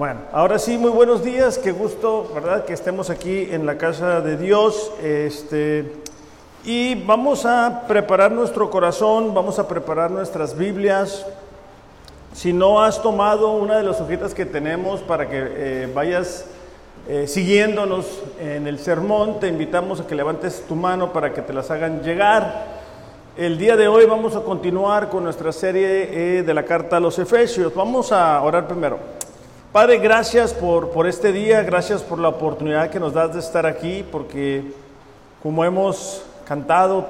Bueno, ahora sí, muy buenos días, qué gusto, ¿verdad?, que estemos aquí en la casa de Dios, y vamos a preparar nuestro corazón, vamos a preparar nuestras Biblias. Si no has tomado una de las hojitas que tenemos para que vayas siguiéndonos en el sermón, te invitamos a que levantes tu mano para que te las hagan llegar. El día de hoy vamos a continuar con nuestra serie de la carta a los Efesios. Vamos a orar primero. Padre, gracias por este día, gracias por la oportunidad que nos das de estar aquí, porque como hemos cantado,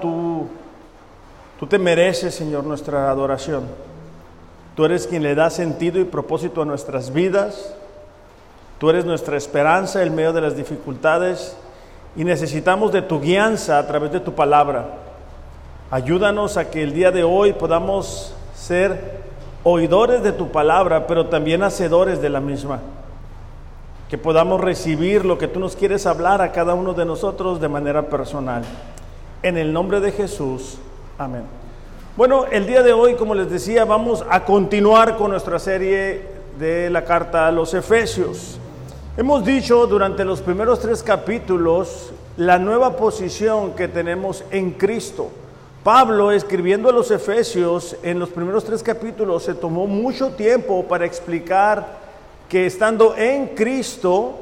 tú te mereces, Señor, nuestra adoración. Tú eres quien le da sentido y propósito a nuestras vidas. Tú eres nuestra esperanza en medio de las dificultades y necesitamos de tu guianza a través de tu palabra. Ayúdanos a que el día de hoy podamos ser oidores de tu palabra, pero también hacedores de la misma. Que podamos recibir lo que tú nos quieres hablar a cada uno de nosotros de manera personal. En el nombre de Jesús, amén. Bueno, el día de hoy, como les decía, vamos a continuar con nuestra serie de la carta a los Efesios. Hemos dicho durante los primeros 3 capítulos la nueva posición que tenemos en Cristo. Pablo, escribiendo a los Efesios, en los primeros 3 capítulos, se tomó mucho tiempo para explicar que estando en Cristo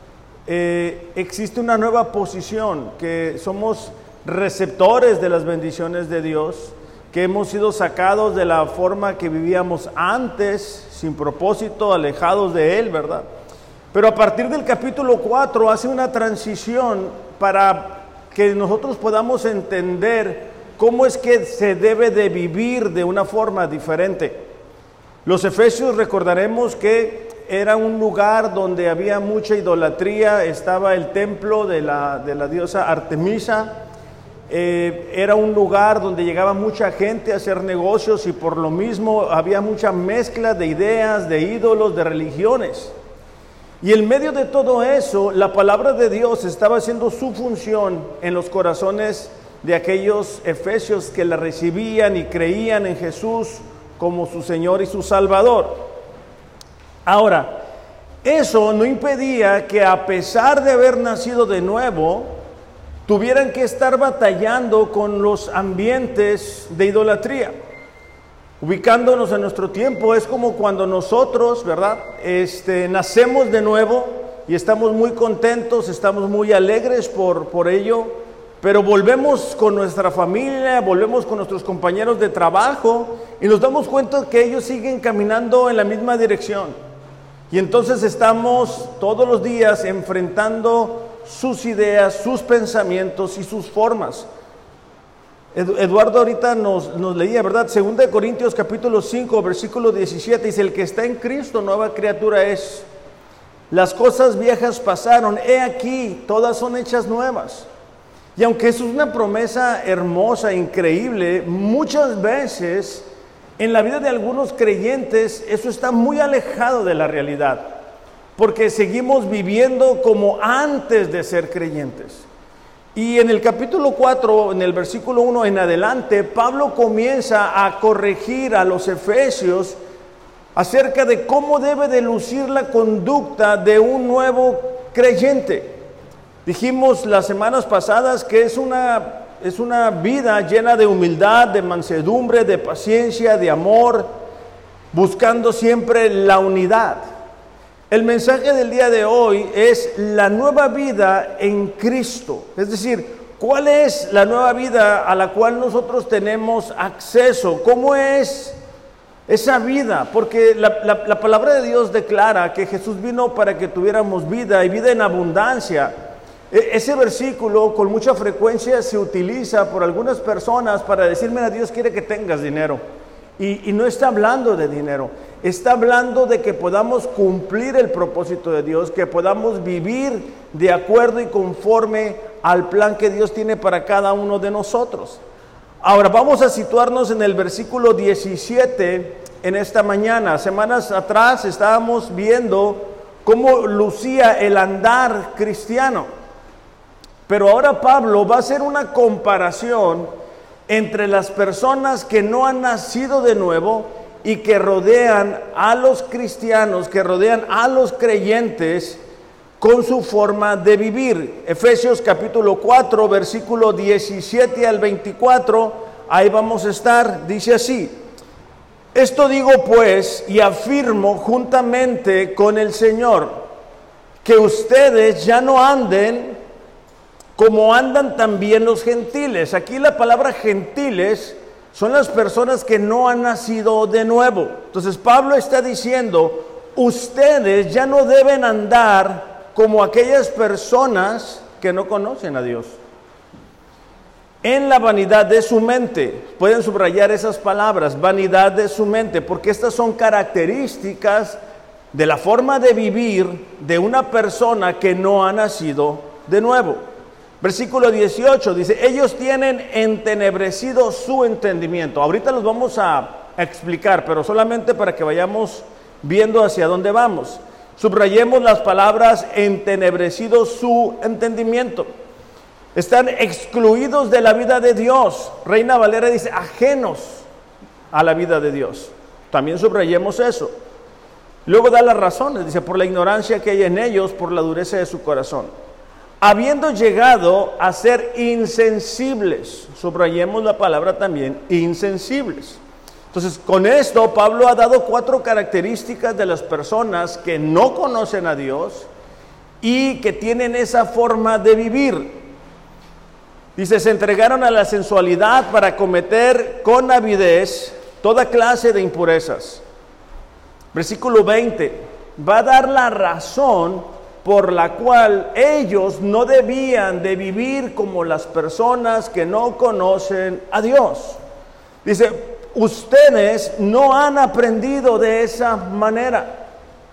existe una nueva posición, que somos receptores de las bendiciones de Dios, que hemos sido sacados de la forma que vivíamos antes, sin propósito, alejados de Él, ¿verdad? Pero a partir del capítulo 4 hace una transición para que nosotros podamos entender cómo es que se debe de vivir de una forma diferente. Los Efesios, recordaremos que era un lugar donde había mucha idolatría, estaba el templo de la diosa Artemisa, era un lugar donde llegaba mucha gente a hacer negocios y por lo mismo había mucha mezcla de ideas, de ídolos, de religiones. Y en medio de todo eso, la palabra de Dios estaba haciendo su función en los corazones de aquellos efesios que la recibían y creían en Jesús como su Señor y su Salvador. Ahora, eso no impedía que a pesar de haber nacido de nuevo, tuvieran que estar batallando con los ambientes de idolatría. Ubicándonos en nuestro tiempo, es como cuando nosotros, ¿verdad?, nacemos de nuevo y estamos muy contentos, estamos muy alegres por ello, pero volvemos con nuestra familia, volvemos con nuestros compañeros de trabajo y nos damos cuenta que ellos siguen caminando en la misma dirección. Y entonces estamos todos los días enfrentando sus ideas, sus pensamientos y sus formas. Eduardo ahorita nos leía, ¿verdad? 2 Corintios capítulo 5, versículo 17, dice: el que está en Cristo, nueva criatura es. Las cosas viejas pasaron, he aquí, todas son hechas nuevas. Y aunque eso es una promesa hermosa, increíble, muchas veces en la vida de algunos creyentes eso está muy alejado de la realidad, porque seguimos viviendo como antes de ser creyentes. Y en el capítulo 4, en el versículo 1 en adelante, Pablo comienza a corregir a los efesios acerca de cómo debe de lucir la conducta de un nuevo creyente. Dijimos las semanas pasadas que es una vida llena de humildad, de mansedumbre, de paciencia, de amor, buscando siempre la unidad. El mensaje del día de hoy es la nueva vida en Cristo. Es decir, ¿cuál es la nueva vida a la cual nosotros tenemos acceso? ¿Cómo es esa vida? Porque la palabra de Dios declara que Jesús vino para que tuviéramos vida y vida en abundancia. Ese versículo con mucha frecuencia se utiliza por algunas personas para decir: mira, Dios quiere que tengas dinero. Y no está hablando de dinero, está hablando de que podamos cumplir el propósito de Dios, que podamos vivir de acuerdo y conforme al plan que Dios tiene para cada uno de nosotros. Ahora vamos a situarnos en el versículo 17 en esta mañana. Semanas atrás estábamos viendo cómo lucía el andar cristiano. Pero ahora Pablo va a hacer una comparación entre las personas que no han nacido de nuevo y que rodean a los cristianos, que rodean a los creyentes con su forma de vivir. Efesios capítulo 4, versículo 17 al 24, ahí vamos a estar, dice así: esto digo pues y afirmo juntamente con el Señor, que ustedes ya no anden como andan también los gentiles. Aquí la palabra gentiles son las personas que no han nacido de nuevo. Entonces Pablo está diciendo, ustedes ya no deben andar como aquellas personas que no conocen a Dios, en la vanidad de su mente. Pueden subrayar esas palabras, vanidad de su mente, porque estas son características de la forma de vivir de una persona que no ha nacido de nuevo. Versículo 18 dice, ellos tienen entenebrecido su entendimiento. Ahorita los vamos a explicar, pero solamente para que vayamos viendo hacia dónde vamos. Subrayemos las palabras entenebrecido su entendimiento. Están excluidos de la vida de Dios. Reina Valera dice ajenos a la vida de Dios. También subrayemos eso. Luego da las razones, dice por la ignorancia que hay en ellos, por la dureza de su corazón. Habiendo llegado a ser insensibles, subrayemos la palabra también, insensibles. Entonces, con esto Pablo ha dado 4 características de las personas que no conocen a Dios y que tienen esa forma de vivir. Dice, se entregaron a la sensualidad para cometer con avidez toda clase de impurezas. Versículo 20, va a dar la razón por la cual ellos no debían de vivir como las personas que no conocen a Dios. Dice, ustedes no han aprendido de esa manera.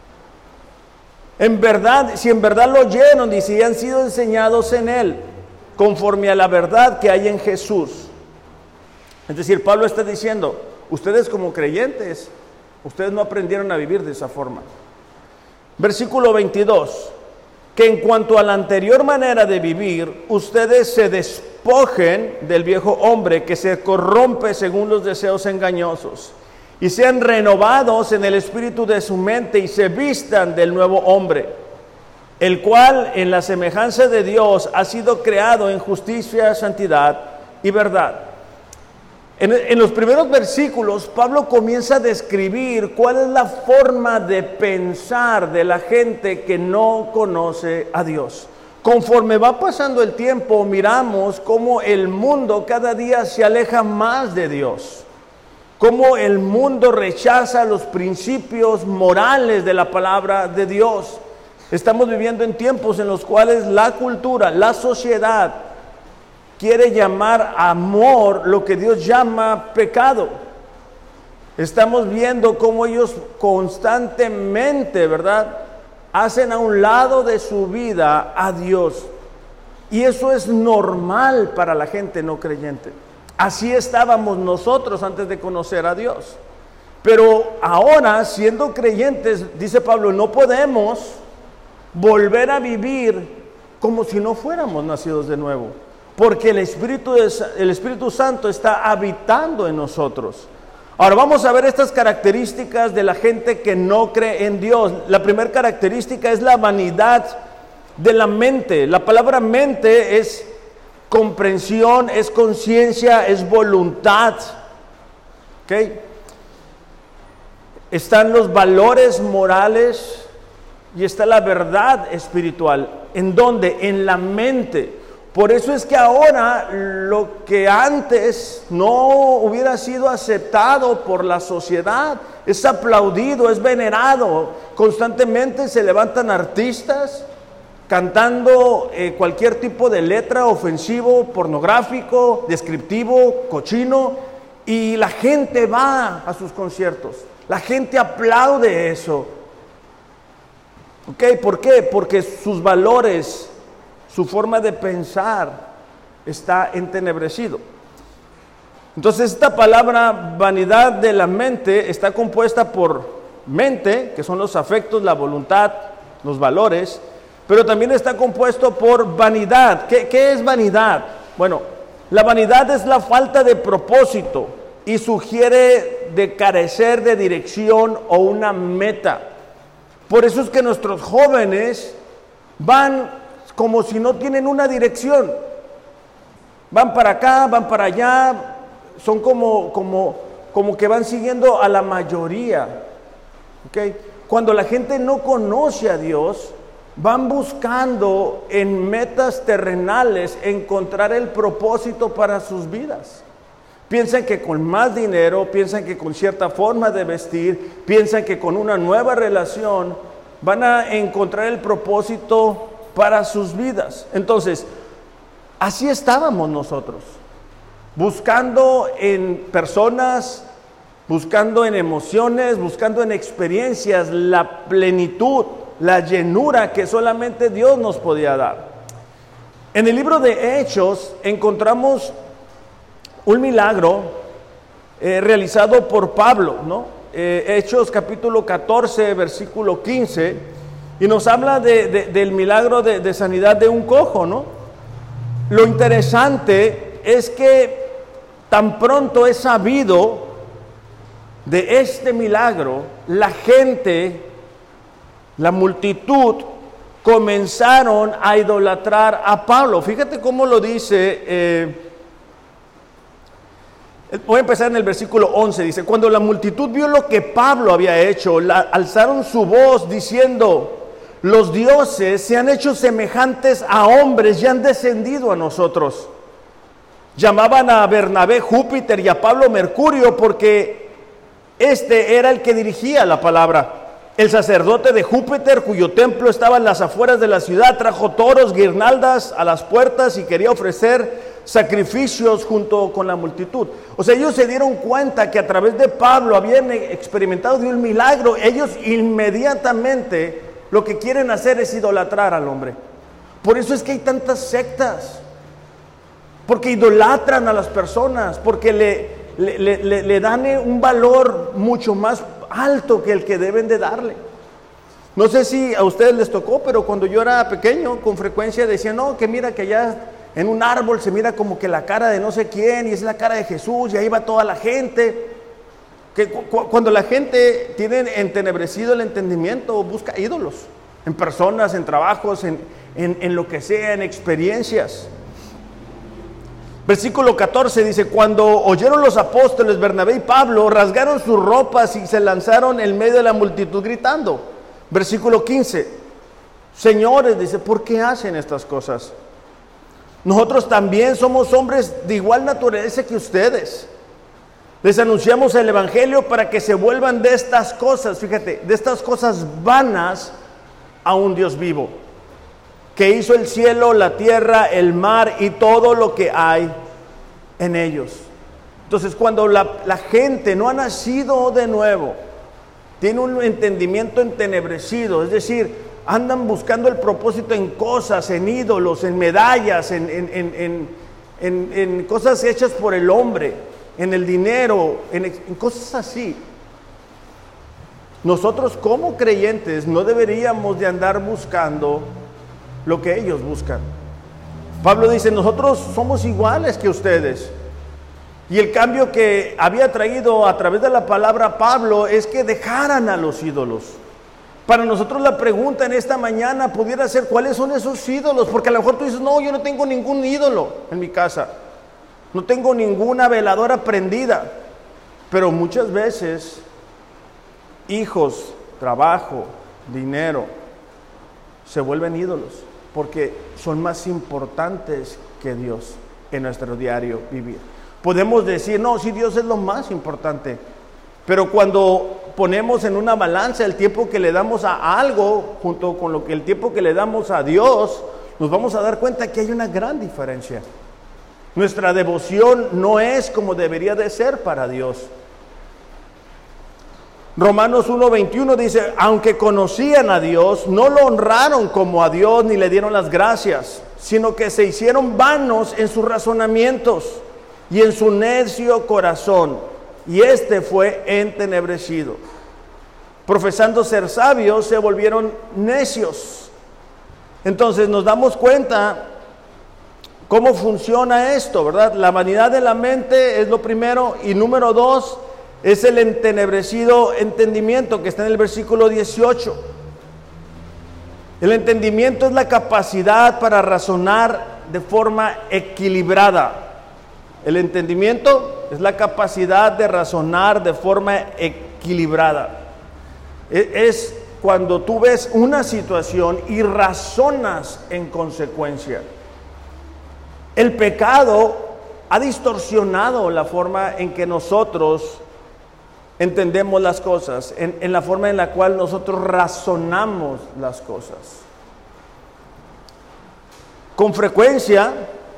En verdad, si en verdad lo oyeron, dice, y han sido enseñados en Él, conforme a la verdad que hay en Jesús. Es decir, Pablo está diciendo, ustedes como creyentes, ustedes no aprendieron a vivir de esa forma. Versículo 22, que en cuanto a la anterior manera de vivir, ustedes se despojen del viejo hombre que se corrompe según los deseos engañosos, y sean renovados en el espíritu de su mente y se vistan del nuevo hombre, el cual en la semejanza de Dios ha sido creado en justicia, santidad y verdad. En los primeros versículos, Pablo comienza a describir cuál es la forma de pensar de la gente que no conoce a Dios. Conforme va pasando el tiempo, miramos cómo el mundo cada día se aleja más de Dios. Cómo el mundo rechaza los principios morales de la palabra de Dios. Estamos viviendo en tiempos en los cuales la cultura, la sociedad, quiere llamar amor lo que Dios llama pecado. Estamos viendo cómo ellos constantemente, ¿verdad?, hacen a un lado de su vida a Dios. Y eso es normal para la gente no creyente. Así estábamos nosotros antes de conocer a Dios. Pero ahora, siendo creyentes, dice Pablo, no podemos volver a vivir como si no fuéramos nacidos de nuevo. Porque el Espíritu Santo está habitando en nosotros. Ahora vamos a ver estas características de la gente que no cree en Dios. La primera característica es la vanidad de la mente. La palabra mente es comprensión, es conciencia, es voluntad. ¿Ok? Están los valores morales y está la verdad espiritual. ¿En dónde? En la mente. Por eso es que ahora lo que antes no hubiera sido aceptado por la sociedad es aplaudido, es venerado. Constantemente se levantan artistas cantando cualquier tipo de letra ofensivo, pornográfico, descriptivo, cochino, y la gente va a sus conciertos. La gente aplaude eso. ¿Ok? ¿Por qué? Porque sus valores, su forma de pensar está entenebrecido. Entonces esta palabra vanidad de la mente está compuesta por mente, que son los afectos, la voluntad, los valores, pero también está compuesto por vanidad. ¿Qué es vanidad? Bueno, la vanidad es la falta de propósito, y sugiere de carecer de dirección o una meta. Por eso es que nuestros jóvenes van como si no tienen una dirección. Van para acá, van para allá, son como que van siguiendo a la mayoría. ¿Okay? Cuando la gente no conoce a Dios, van buscando en metas terrenales encontrar el propósito para sus vidas. Piensan que con más dinero, piensan que con cierta forma de vestir, piensan que con una nueva relación van a encontrar el propósito para sus vidas. Entonces, así estábamos nosotros, buscando en personas, buscando en emociones, buscando en experiencias la plenitud, la llenura que solamente Dios nos podía dar. En el libro de Hechos encontramos un milagro realizado por Pablo, ¿no? Hechos capítulo 14, versículo 15, y nos habla del milagro de sanidad de un cojo, ¿no? Lo interesante es que tan pronto es sabido de este milagro, la gente, la multitud, comenzaron a idolatrar a Pablo. Fíjate cómo lo dice, voy a empezar en el versículo 11, dice: cuando la multitud vio lo que Pablo había hecho, alzaron su voz diciendo: los dioses se han hecho semejantes a hombres y han descendido a nosotros. Llamaban a Bernabé Júpiter y a Pablo Mercurio, porque este era el que dirigía la palabra. El sacerdote de Júpiter, cuyo templo estaba en las afueras de la ciudad, trajo toros, guirnaldas a las puertas y quería ofrecer sacrificios junto con la multitud. O sea, ellos se dieron cuenta que a través de Pablo habían experimentado de un milagro. Ellos inmediatamente lo que quieren hacer es idolatrar al hombre. Por eso es que hay tantas sectas, porque idolatran a las personas, porque le dan un valor mucho más alto que el que deben de darle. No sé si a ustedes les tocó, pero cuando yo era pequeño, con frecuencia decían: no, que mira que allá en un árbol se mira como que la cara de no sé quién, y es la cara de Jesús, y ahí va toda la gente. Que cuando la gente tiene entenebrecido el entendimiento, busca ídolos en personas, en trabajos, en lo que sea, en experiencias. Versículo 14 dice: cuando oyeron los apóstoles Bernabé y Pablo, rasgaron sus ropas y se lanzaron en medio de la multitud gritando. Versículo 15: señores, dice, ¿por qué hacen estas cosas? Nosotros también somos hombres de igual naturaleza que ustedes. Les anunciamos el evangelio para que se vuelvan de estas cosas, fíjate, de estas cosas vanas a un Dios vivo, que hizo el cielo, la tierra, el mar y todo lo que hay en ellos. Entonces, cuando la gente no ha nacido de nuevo, tiene un entendimiento entenebrecido, es decir, andan buscando el propósito en cosas, en ídolos, en medallas, en cosas hechas por el hombre, en el dinero, en cosas así. Nosotros como creyentes no deberíamos de andar buscando lo que ellos buscan. Pablo dice: nosotros somos iguales que ustedes. Y el cambio que había traído a través de la palabra Pablo es que dejaran a los ídolos. Para nosotros la pregunta en esta mañana pudiera ser: ¿cuáles son esos ídolos? Porque a lo mejor tú dices: no, yo no tengo ningún ídolo en mi casa, no tengo ninguna veladora prendida. Pero muchas veces hijos, trabajo, dinero se vuelven ídolos porque son más importantes que Dios en nuestro diario vivir. Podemos decir: no, sí, Dios es lo más importante, pero cuando ponemos en una balanza el tiempo que le damos a algo junto con el tiempo que le damos a Dios, nos vamos a dar cuenta que hay una gran diferencia. Nuestra devoción no es como debería de ser para Dios. Romanos 1:21 dice: aunque conocían a Dios, no lo honraron como a Dios ni le dieron las gracias, sino que se hicieron vanos en sus razonamientos y en su necio corazón, y este fue entenebrecido. Profesando ser sabios, se volvieron necios. Entonces nos damos cuenta ¿Cómo funciona esto, verdad? La vanidad de la mente es lo primero, y número 2 es el entenebrecido entendimiento, que está en el versículo 18. El entendimiento es la capacidad para razonar de forma equilibrada. El entendimiento es la capacidad de razonar de forma equilibrada. Es cuando tú ves una situación y razonas en consecuencia. El pecado ha distorsionado la forma en que nosotros entendemos las cosas, en la forma en la cual nosotros razonamos las cosas. Con frecuencia,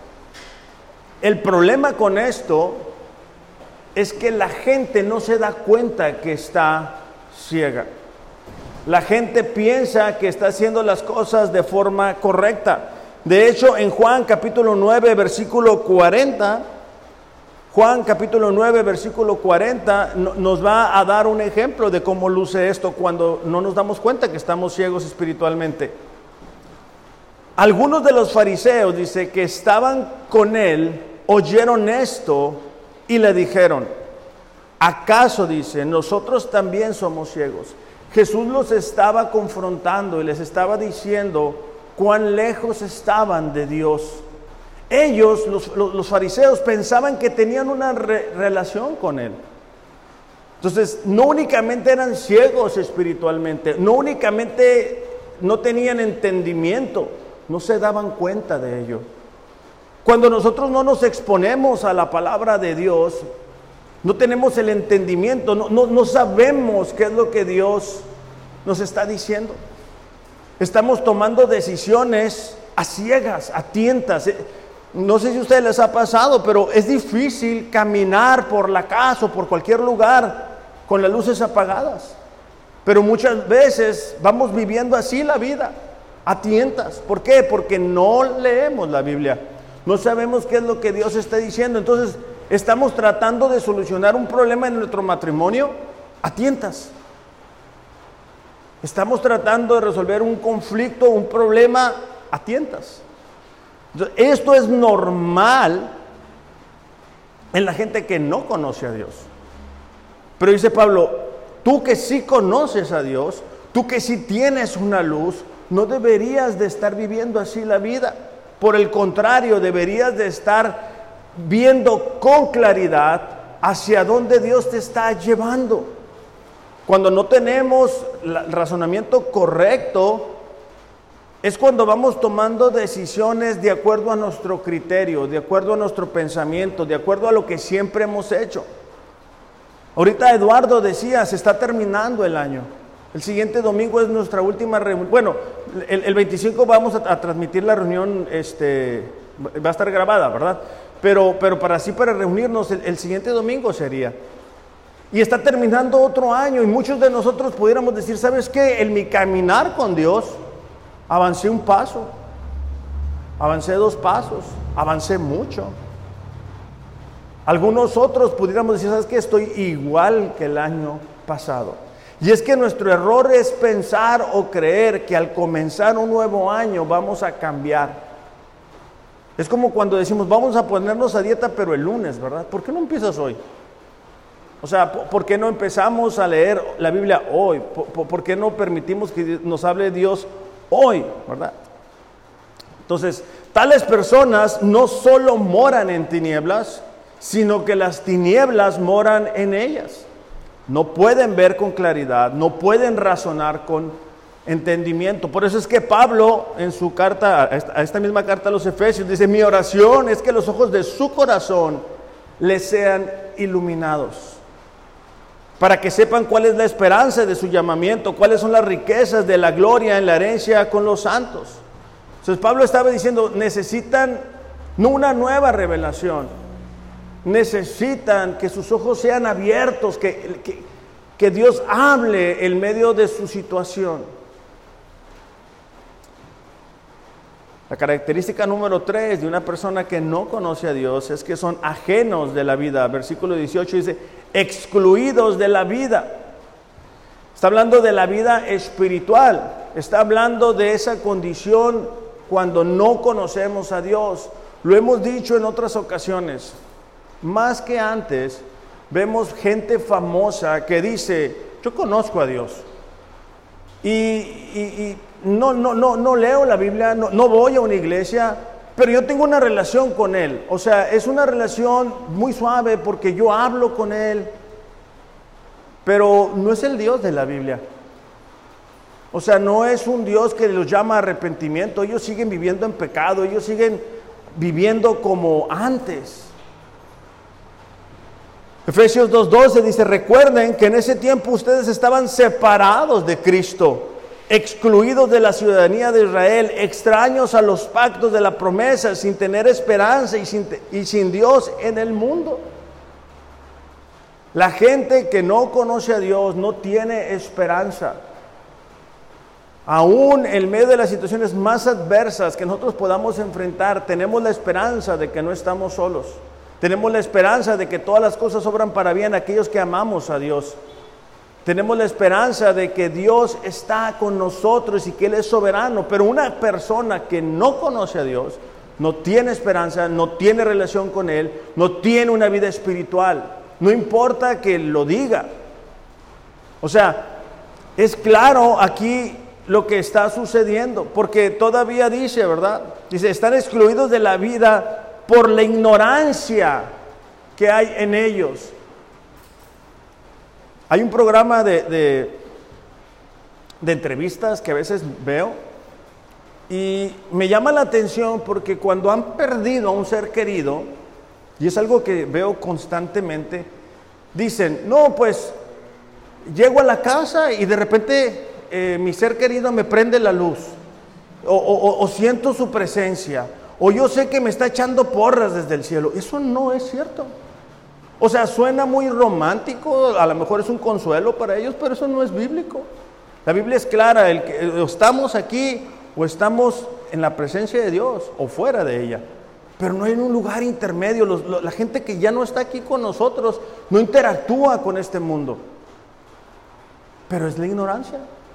el problema con esto es que la gente no se da cuenta que está ciega. La gente piensa que está haciendo las cosas de forma correcta. De hecho, en Juan capítulo 9, versículo 40, Juan capítulo 9, versículo 40, nos va a dar un ejemplo de cómo luce esto cuando no nos damos cuenta que estamos ciegos espiritualmente. Algunos de los fariseos, dice, que estaban con él, oyeron esto y le dijeron: ¿acaso, dice, nosotros también somos ciegos? Jesús los estaba confrontando y les estaba diciendo cuán lejos estaban de Dios. Ellos, los fariseos, pensaban que tenían una relación con Él. Entonces, no únicamente eran ciegos espiritualmente, no únicamente no tenían entendimiento, no se daban cuenta de ello. Cuando nosotros no nos exponemos a la palabra de Dios, no tenemos el entendimiento, no sabemos qué es lo que Dios nos está diciendo. Estamos tomando decisiones a ciegas, a tientas. No sé si a ustedes les ha pasado, pero es difícil caminar por la casa o por cualquier lugar con las luces apagadas. Pero muchas veces vamos viviendo así la vida, a tientas. ¿Por qué? Porque no leemos la Biblia. No sabemos qué es lo que Dios está diciendo. Entonces, estamos tratando de solucionar un problema en nuestro matrimonio a tientas. Estamos tratando de resolver un conflicto, un problema a tientas. Entonces, esto es normal en la gente que no conoce a Dios. Pero dice Pablo, tú que sí conoces a Dios, tú que sí tienes una luz, no deberías de estar viviendo así la vida. Por el contrario, deberías de estar viendo con claridad hacia dónde Dios te está llevando. Cuando no tenemos el razonamiento correcto, es cuando vamos tomando decisiones de acuerdo a nuestro criterio, de acuerdo a nuestro pensamiento, de acuerdo a lo que siempre hemos hecho. Ahorita Eduardo decía, se está terminando el año. El siguiente domingo es nuestra última reunión. Bueno, el 25 vamos a transmitir la reunión, va a estar grabada, ¿verdad? Pero para reunirnos el siguiente domingo sería. Y está terminando otro año y muchos de nosotros pudiéramos decir, ¿sabes qué? En mi caminar con Dios, avancé un paso, avancé 2 pasos, avancé mucho. Algunos otros pudiéramos decir, ¿sabes qué? Estoy igual que el año pasado. Y es que nuestro error es pensar o creer que al comenzar un nuevo año vamos a cambiar. Es como cuando decimos, vamos a ponernos a dieta, pero el lunes, ¿verdad? ¿Por qué no empiezas hoy? O sea, ¿por qué no empezamos a leer la Biblia hoy? ¿Por qué no permitimos que nos hable Dios hoy, verdad? Entonces, tales personas no solo moran en tinieblas, sino que las tinieblas moran en ellas. No pueden ver con claridad, no pueden razonar con entendimiento. Por eso es que Pablo, en su carta, a esta misma carta a los Efesios, dice, mi oración es que los ojos de su corazón les sean iluminados, para que sepan cuál es la esperanza de su llamamiento, cuáles son las riquezas de la gloria en la herencia con los santos. Entonces Pablo estaba diciendo, necesitan no una nueva revelación, necesitan que sus ojos sean abiertos, que Dios hable en medio de su situación. La característica número 3 de una persona que no conoce a Dios es que son ajenos de la vida. Versículo 18 dice, excluidos de la vida. Está hablando de la vida espiritual. Está hablando de esa condición cuando no conocemos a Dios. Lo hemos dicho en otras ocasiones, más que antes, vemos gente famosa que dice, yo conozco a Dios. Y no leo la Biblia, no voy a una iglesia, pero yo tengo una relación con Él. O sea, es una relación muy suave porque yo hablo con Él, pero no es el Dios de la Biblia. O sea, no es un Dios que los llama a arrepentimiento. Ellos siguen viviendo en pecado, ellos siguen viviendo como antes. Efesios 2:12 dice, recuerden que en ese tiempo ustedes estaban separados de Cristo, excluidos de la ciudadanía de Israel, extraños a los pactos de la promesa, sin tener esperanza y sin Dios en el mundo. La gente que no conoce a Dios no tiene esperanza. Aún en medio de las situaciones más adversas que nosotros podamos enfrentar, tenemos la esperanza de que no estamos solos. Tenemos la esperanza de que todas las cosas obran para bien a aquellos que amamos a Dios. Tenemos la esperanza de que Dios está con nosotros y que Él es soberano. Pero una persona que no conoce a Dios, no tiene esperanza, no tiene relación con Él, no tiene una vida espiritual. No importa que lo diga. O sea, es claro aquí lo que está sucediendo, porque todavía dice, ¿verdad? Dice, están excluidos de la vida por la ignorancia que hay en ellos. Hay un programa de entrevistas que a veces veo y me llama la atención porque cuando han perdido a un ser querido, y es algo que veo constantemente, dicen, no, pues llego a la casa y de repente mi ser querido me prende la luz, o siento su presencia, o yo sé que me está echando porras desde el cielo. Eso no es cierto. O sea, suena muy romántico, a lo mejor es un consuelo para ellos, pero eso no es bíblico. La Biblia es clara, estamos aquí o estamos en la presencia de Dios o fuera de ella, pero no hay un lugar intermedio. La gente que ya no está aquí con nosotros no interactúa con este mundo, pero es la ignorancia.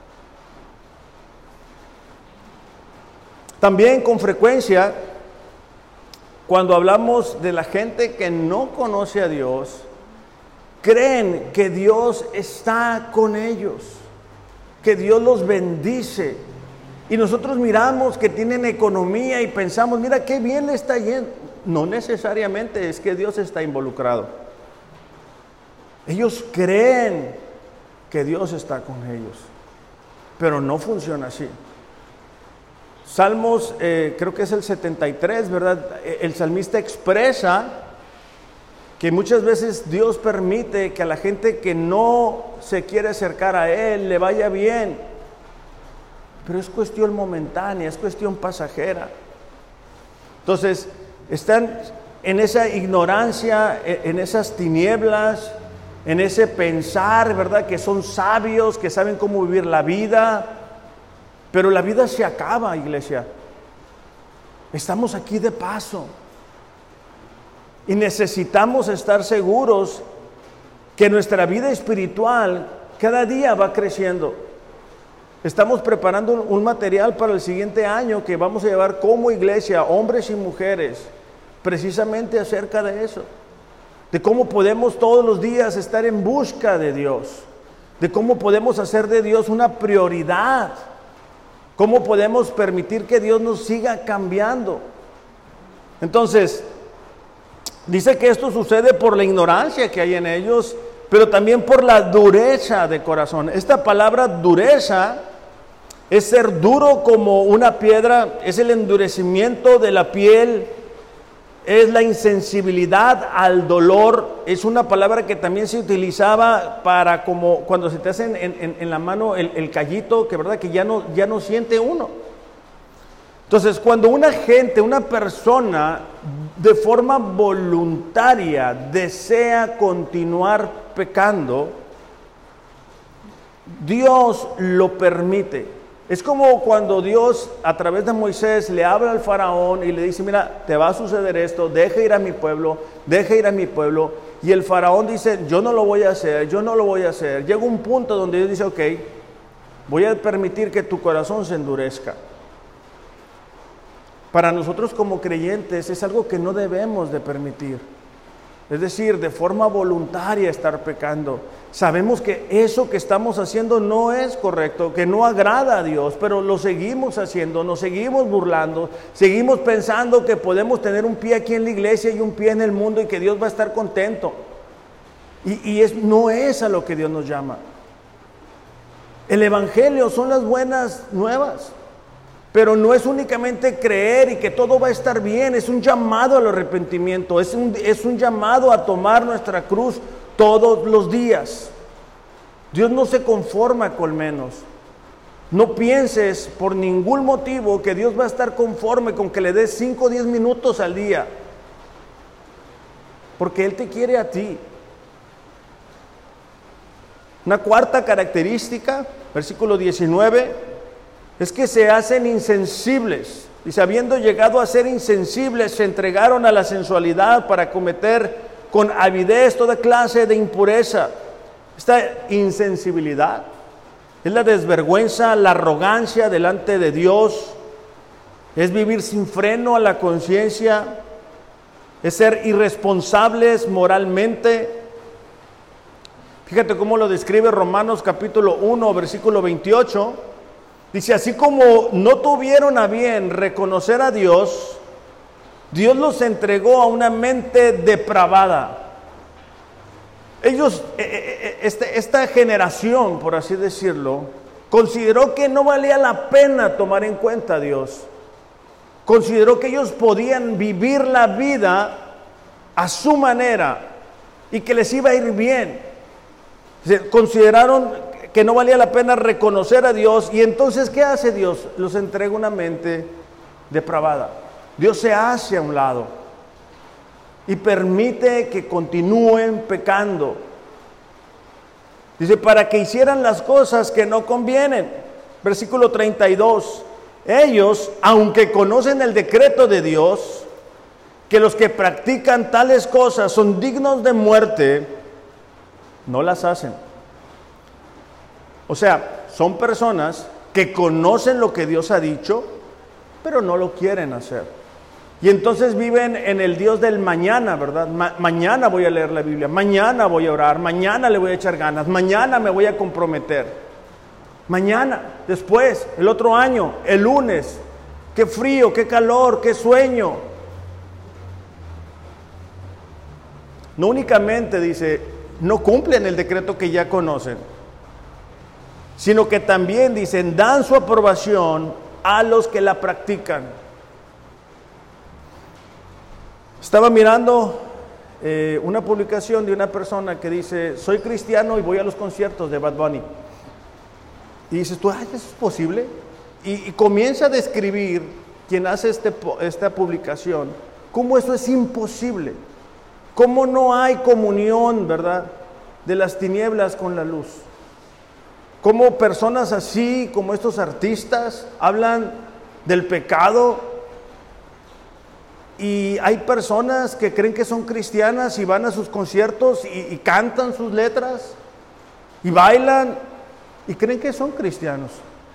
También con frecuencia, cuando hablamos de la gente que no conoce a Dios, creen que Dios está con ellos, que Dios los bendice. Y nosotros miramos que tienen economía y pensamos, mira qué bien le está yendo. No necesariamente es que Dios está involucrado. Ellos creen que Dios está con ellos, pero no funciona así. Salmos, creo que es el 73, ¿verdad? El salmista expresa que muchas veces Dios permite que a la gente que no se quiere acercar a Él le vaya bien, pero es cuestión momentánea, es cuestión pasajera. Entonces, están en esa ignorancia, en esas tinieblas, en ese pensar, ¿verdad? Que son sabios, que saben cómo vivir la vida. Pero la vida se acaba, iglesia. Estamos aquí de paso. Y necesitamos estar seguros que nuestra vida espiritual cada día va creciendo. Estamos preparando un material para el siguiente año que vamos a llevar como iglesia, hombres y mujeres, precisamente acerca de eso. De cómo podemos todos los días estar en busca de Dios. De cómo podemos hacer de Dios una prioridad. ¿Cómo podemos permitir que Dios nos siga cambiando? Entonces, dice que esto sucede por la ignorancia que hay en ellos, pero también por la dureza de corazón. Esta palabra dureza es ser duro como una piedra, es el endurecimiento de la piel, es la insensibilidad al dolor. Es una palabra que también se utilizaba para como cuando se te hace en la mano el callito, que verdad que ya no siente uno. Entonces, cuando una persona de forma voluntaria desea continuar pecando, Dios lo permite. Es como cuando Dios a través de Moisés le habla al faraón y le dice, mira, te va a suceder esto, deja ir a mi pueblo, y el faraón dice, yo no lo voy a hacer. Llega un punto donde Dios dice, ok, voy a permitir que tu corazón se endurezca, para nosotros como creyentes es algo que no debemos de permitir. Es decir, de forma voluntaria estar pecando. Sabemos que eso que estamos haciendo no es correcto, que no agrada a Dios, pero lo seguimos haciendo, nos seguimos burlando, seguimos pensando que podemos tener un pie aquí en la iglesia y un pie en el mundo y que Dios va a estar contento. No es a lo que Dios nos llama. El Evangelio son las buenas nuevas, pero no es únicamente creer y que todo va a estar bien, es un llamado al arrepentimiento, es un llamado a tomar nuestra cruz todos los días. Dios no se conforma con menos. No pienses por ningún motivo que Dios va a estar conforme con que le des 5 o 10 minutos al día, porque Él te quiere a ti. Una cuarta característica, versículo 19, es que se hacen insensibles. Dice, habiendo llegado a ser insensibles, se entregaron a la sensualidad para cometer con avidez toda clase de impureza. Esta insensibilidad es la desvergüenza, la arrogancia delante de Dios, es vivir sin freno a la conciencia, es ser irresponsables moralmente. Fíjate cómo lo describe Romanos capítulo 1, versículo 28. Dice, así como no tuvieron a bien reconocer a Dios, Dios los entregó a una mente depravada. Ellos, esta generación, por así decirlo, consideró que no valía la pena tomar en cuenta a Dios. Consideró que ellos podían vivir la vida a su manera y que les iba a ir bien. Consideraron que no valía la pena reconocer a Dios, y entonces ¿qué hace Dios? Los entrega una mente depravada. Dios se hace a un lado y permite que continúen pecando. Dice, para que hicieran las cosas que no convienen. Versículo 32. Ellos, aunque conocen el decreto de Dios, que los que practican tales cosas son dignos de muerte, no las hacen. O sea, son personas que conocen lo que Dios ha dicho, pero no lo quieren hacer. Y entonces viven en el Dios del mañana, ¿verdad? Mañana voy a leer la Biblia, mañana voy a orar, mañana le voy a echar ganas, mañana me voy a comprometer. Mañana, después, el otro año, el lunes, qué frío, qué calor, qué sueño. No únicamente, dice, no cumplen el decreto que ya conocen, sino que también, dicen, dan su aprobación a los que la practican. Estaba mirando una publicación de una persona que dice, soy cristiano y voy a los conciertos de Bad Bunny. Y dices tú, ¿eso es posible? Y comienza a describir quien hace esta publicación, cómo eso es imposible, cómo no hay comunión, ¿verdad?, de las tinieblas con la luz. Cómo personas así, como estos artistas, hablan del pecado. Y hay personas que creen que son cristianas y van a sus conciertos y cantan sus letras y bailan y creen que son cristianos.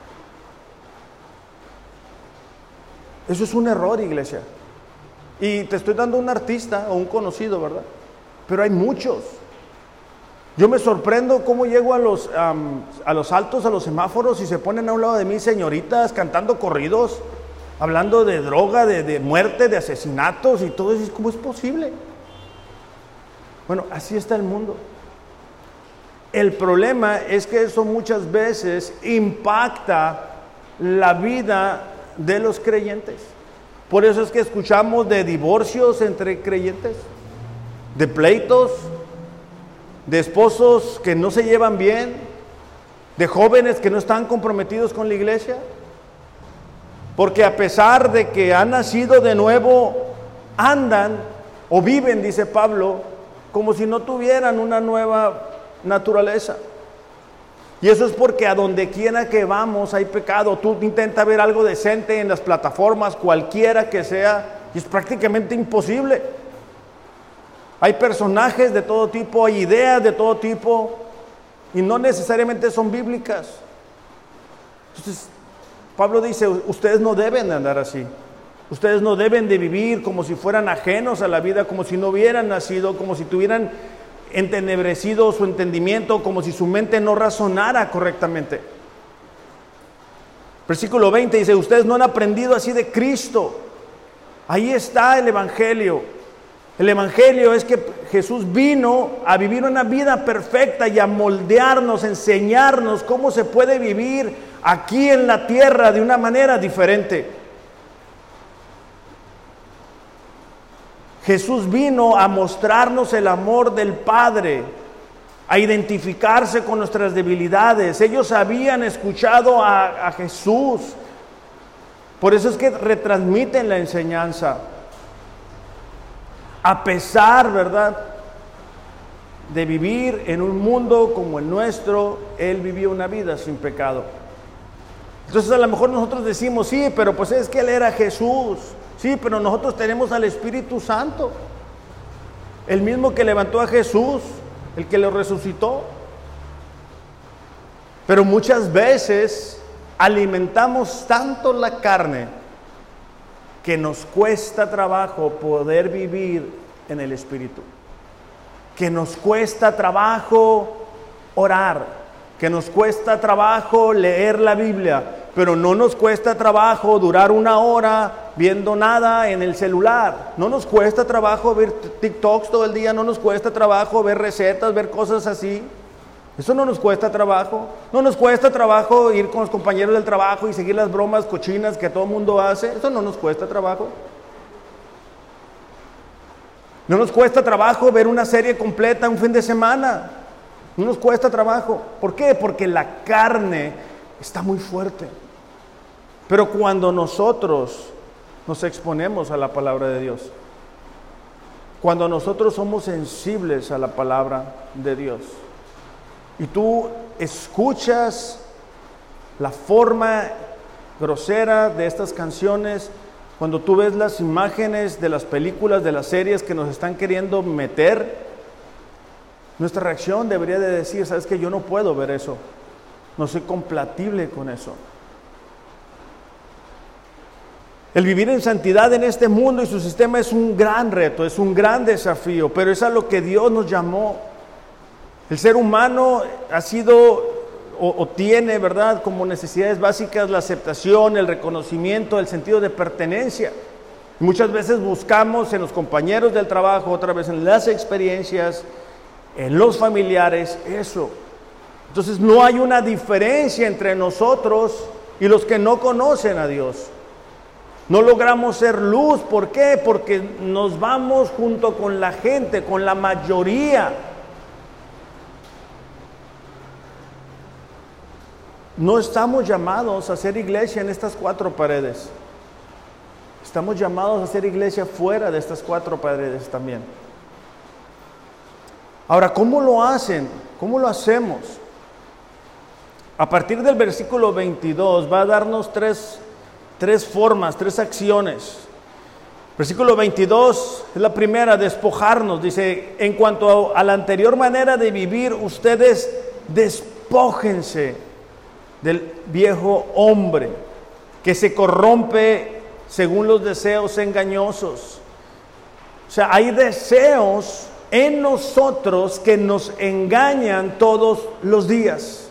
Eso es un error, iglesia. Y te estoy dando un artista o un conocido, ¿verdad? Pero hay muchos. Yo me sorprendo cómo llego a los altos, a los semáforos, y se ponen a un lado de mí señoritas cantando corridos, hablando de droga, de muerte, de asesinatos y todo eso. ¿Cómo es posible? Bueno, así está el mundo. El problema es que eso muchas veces impacta la vida de los creyentes. Por eso es que escuchamos de divorcios entre creyentes, de pleitos, de esposos que no se llevan bien, de jóvenes que no están comprometidos con la iglesia. Porque a pesar de que han nacido de nuevo, andan o viven, dice Pablo, como si no tuvieran una nueva naturaleza. Y eso es porque a donde quiera que vamos hay pecado. Tú intenta ver algo decente en las plataformas, cualquiera que sea, y es prácticamente imposible. Hay personajes de todo tipo, hay ideas de todo tipo, y no necesariamente son bíblicas. Entonces, Pablo dice, ustedes no deben de andar así. Ustedes no deben de vivir como si fueran ajenos a la vida, como si no hubieran nacido, como si tuvieran entenebrecido su entendimiento, como si su mente no razonara correctamente. Versículo 20 dice, ustedes no han aprendido así de Cristo. Ahí está el Evangelio. El Evangelio es que Jesús vino a vivir una vida perfecta y a moldearnos, enseñarnos cómo se puede vivir aquí en la tierra de una manera diferente. Jesús vino a mostrarnos el amor del Padre, a identificarse con nuestras debilidades. Ellos habían escuchado a Jesús. Por eso es que retransmiten la enseñanza. A pesar, ¿verdad?, de vivir en un mundo como el nuestro, Él vivió una vida sin pecado. Entonces a lo mejor nosotros decimos, sí, pero pues es que Él era Jesús. Sí, pero nosotros tenemos al Espíritu Santo, el mismo que levantó a Jesús, el que lo resucitó. Pero muchas veces alimentamos tanto la carne que nos cuesta trabajo poder vivir en el Espíritu, que nos cuesta trabajo orar, que nos cuesta trabajo leer la Biblia, pero no nos cuesta trabajo durar una hora viendo nada en el celular. No nos cuesta trabajo ver TikToks todo el día, no nos cuesta trabajo ver recetas, ver cosas así. Eso no nos cuesta trabajo. No nos cuesta trabajo ir con los compañeros del trabajo y seguir las bromas cochinas que todo el mundo hace. Eso no nos cuesta trabajo. No nos cuesta trabajo ver una serie completa un fin de semana. No nos cuesta trabajo. ¿Por qué? Porque la carne está muy fuerte. Pero cuando nosotros nos exponemos a la palabra de Dios, cuando nosotros somos sensibles a la palabra de Dios, y tú escuchas la forma grosera de estas canciones, cuando tú ves las imágenes de las películas, de las series que nos están queriendo meter, nuestra reacción debería de decir, ¿sabes qué? Yo no puedo ver eso. No soy compatible con eso. El vivir en santidad en este mundo y su sistema es un gran reto, es un gran desafío, pero es a lo que Dios nos llamó. El ser humano ha sido o tiene, ¿verdad?, como necesidades básicas la aceptación, el reconocimiento, el sentido de pertenencia. Muchas veces buscamos en los compañeros del trabajo, otra vez en las experiencias, en los familiares, eso. Entonces no hay una diferencia entre nosotros y los que no conocen a Dios. No logramos ser luz. ¿Por qué? Porque nos vamos junto con la gente, con la mayoría. No estamos llamados a hacer iglesia en estas cuatro paredes. Estamos llamados a hacer iglesia fuera de estas cuatro paredes también. Ahora, ¿cómo lo hacen? ¿Cómo lo hacemos? A partir del versículo 22 va a darnos tres formas, tres acciones. Versículo 22 es la primera, despojarnos. Dice, en cuanto a la anterior manera de vivir, ustedes despójense del viejo hombre que se corrompe según los deseos engañosos. O sea, hay deseos en nosotros que nos engañan todos los días.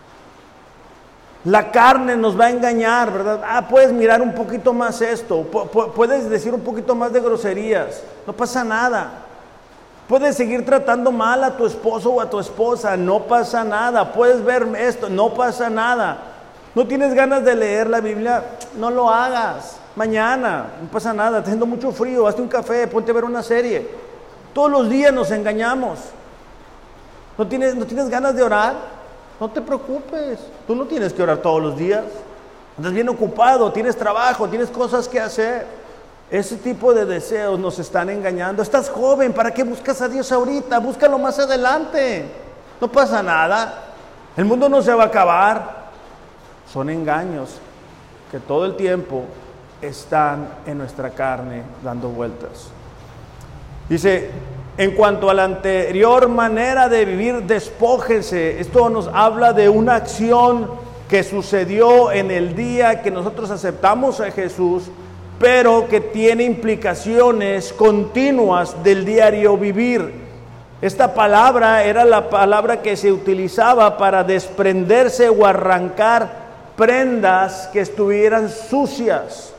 La carne nos va a engañar, ¿verdad? Puedes mirar un poquito más esto, puedes decir un poquito más de groserías, no pasa nada. Puedes seguir tratando mal a tu esposo o a tu esposa, no pasa nada. Puedes ver esto, no pasa nada. ¿No tienes ganas de leer la Biblia? No lo hagas, mañana, no pasa nada. Está haciendo mucho frío, hazte un café, ponte a ver una serie. Todos los días nos engañamos. ¿No tienes ganas de orar? No te preocupes, tú no tienes que orar todos los días. Andas bien ocupado, tienes trabajo, tienes cosas que hacer. Ese tipo de deseos nos están engañando. Estás joven, ¿para qué buscas a Dios ahorita? Búscalo más adelante. No pasa nada. El mundo no se va a acabar. Son engaños que todo el tiempo están en nuestra carne dando vueltas. Dice, en cuanto a la anterior manera de vivir, despójense. Esto nos habla de una acción que sucedió en el día que nosotros aceptamos a Jesús, pero que tiene implicaciones continuas del diario vivir. Esta palabra era la palabra que se utilizaba para desprenderse o arrancar prendas que estuvieran sucias.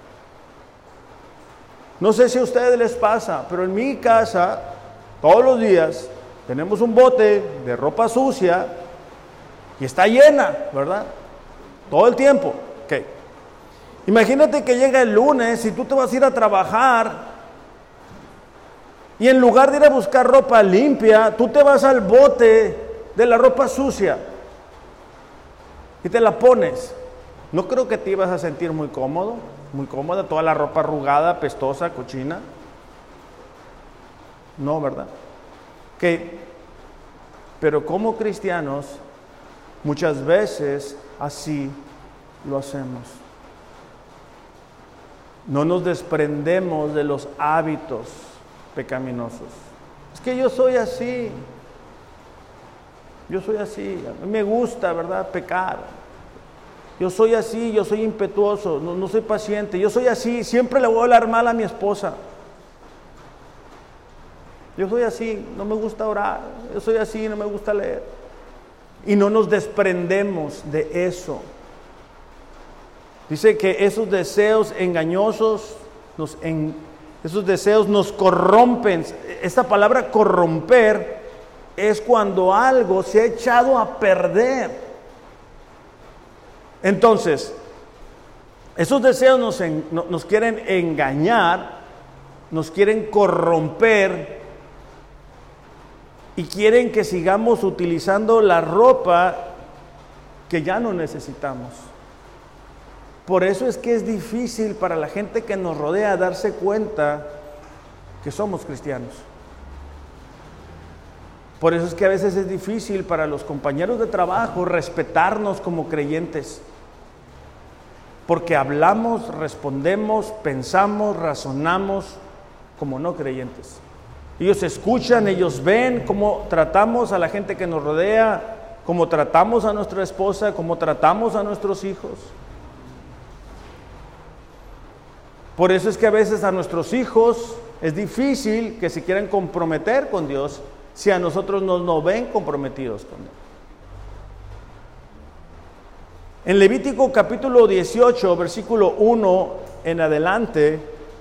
No sé si a ustedes les pasa, pero en mi casa, todos los días, tenemos un bote de ropa sucia y está llena, ¿verdad? Todo el tiempo. Okay. Imagínate que llega el lunes y tú te vas a ir a trabajar y en lugar de ir a buscar ropa limpia, tú te vas al bote de la ropa sucia y te la pones. No creo que te ibas a sentir muy cómodo, muy cómoda, toda la ropa arrugada, pestosa, cochina. No, ¿verdad? Okay. Pero como cristianos, muchas veces así lo hacemos. No nos desprendemos de los hábitos pecaminosos. Es que yo soy así. Yo soy así. A mí me gusta, ¿verdad? Pecar. Yo soy así, yo soy impetuoso, no soy paciente. Yo soy así, siempre le voy a hablar mal a mi esposa. Yo soy así, no me gusta orar. Yo soy así, no me gusta leer. Y no nos desprendemos de eso. Dice que esos deseos engañosos, esos deseos nos corrompen. Esta palabra corromper es cuando algo se ha echado a perder. Entonces, esos deseos nos quieren engañar, nos quieren corromper y quieren que sigamos utilizando la ropa que ya no necesitamos. Por eso es que es difícil para la gente que nos rodea darse cuenta que somos cristianos. Por eso es que a veces es difícil para los compañeros de trabajo respetarnos como creyentes. Porque hablamos, respondemos, pensamos, razonamos como no creyentes. Ellos escuchan, ellos ven cómo tratamos a la gente que nos rodea, cómo tratamos a nuestra esposa, cómo tratamos a nuestros hijos. Por eso es que a veces a nuestros hijos es difícil que se quieran comprometer con Dios si a nosotros no ven comprometidos con Él. En Levítico capítulo 18, versículo 1 en adelante,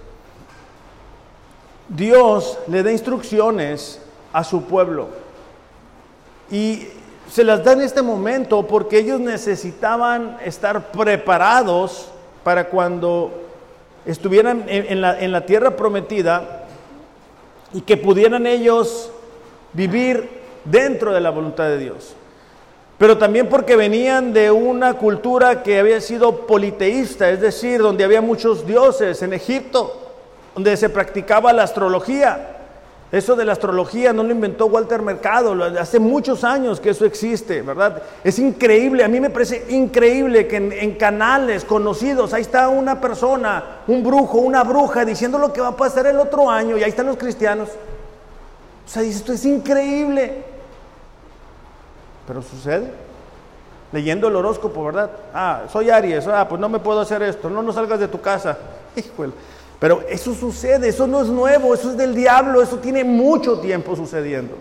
Dios le da instrucciones a su pueblo. Y se las da en este momento porque ellos necesitaban estar preparados para cuando estuvieran en la tierra prometida y que pudieran ellos vivir dentro de la voluntad de Dios. Pero también porque venían de una cultura que había sido politeísta, es decir, donde había muchos dioses en Egipto, donde se practicaba la astrología. Eso de la astrología no lo inventó Walter Mercado, hace muchos años que eso existe, ¿verdad? Es increíble, a mí me parece increíble que en canales conocidos, ahí está una persona, un brujo, una bruja, diciendo lo que va a pasar el otro año, y ahí están los cristianos. O sea, dice, esto es increíble. Pero sucede. Leyendo el horóscopo, ¿verdad? Soy Aries, pues no me puedo hacer esto, no salgas de tu casa. Híjole. Pero eso sucede, eso no es nuevo, eso es del diablo, eso tiene mucho tiempo sucediendo.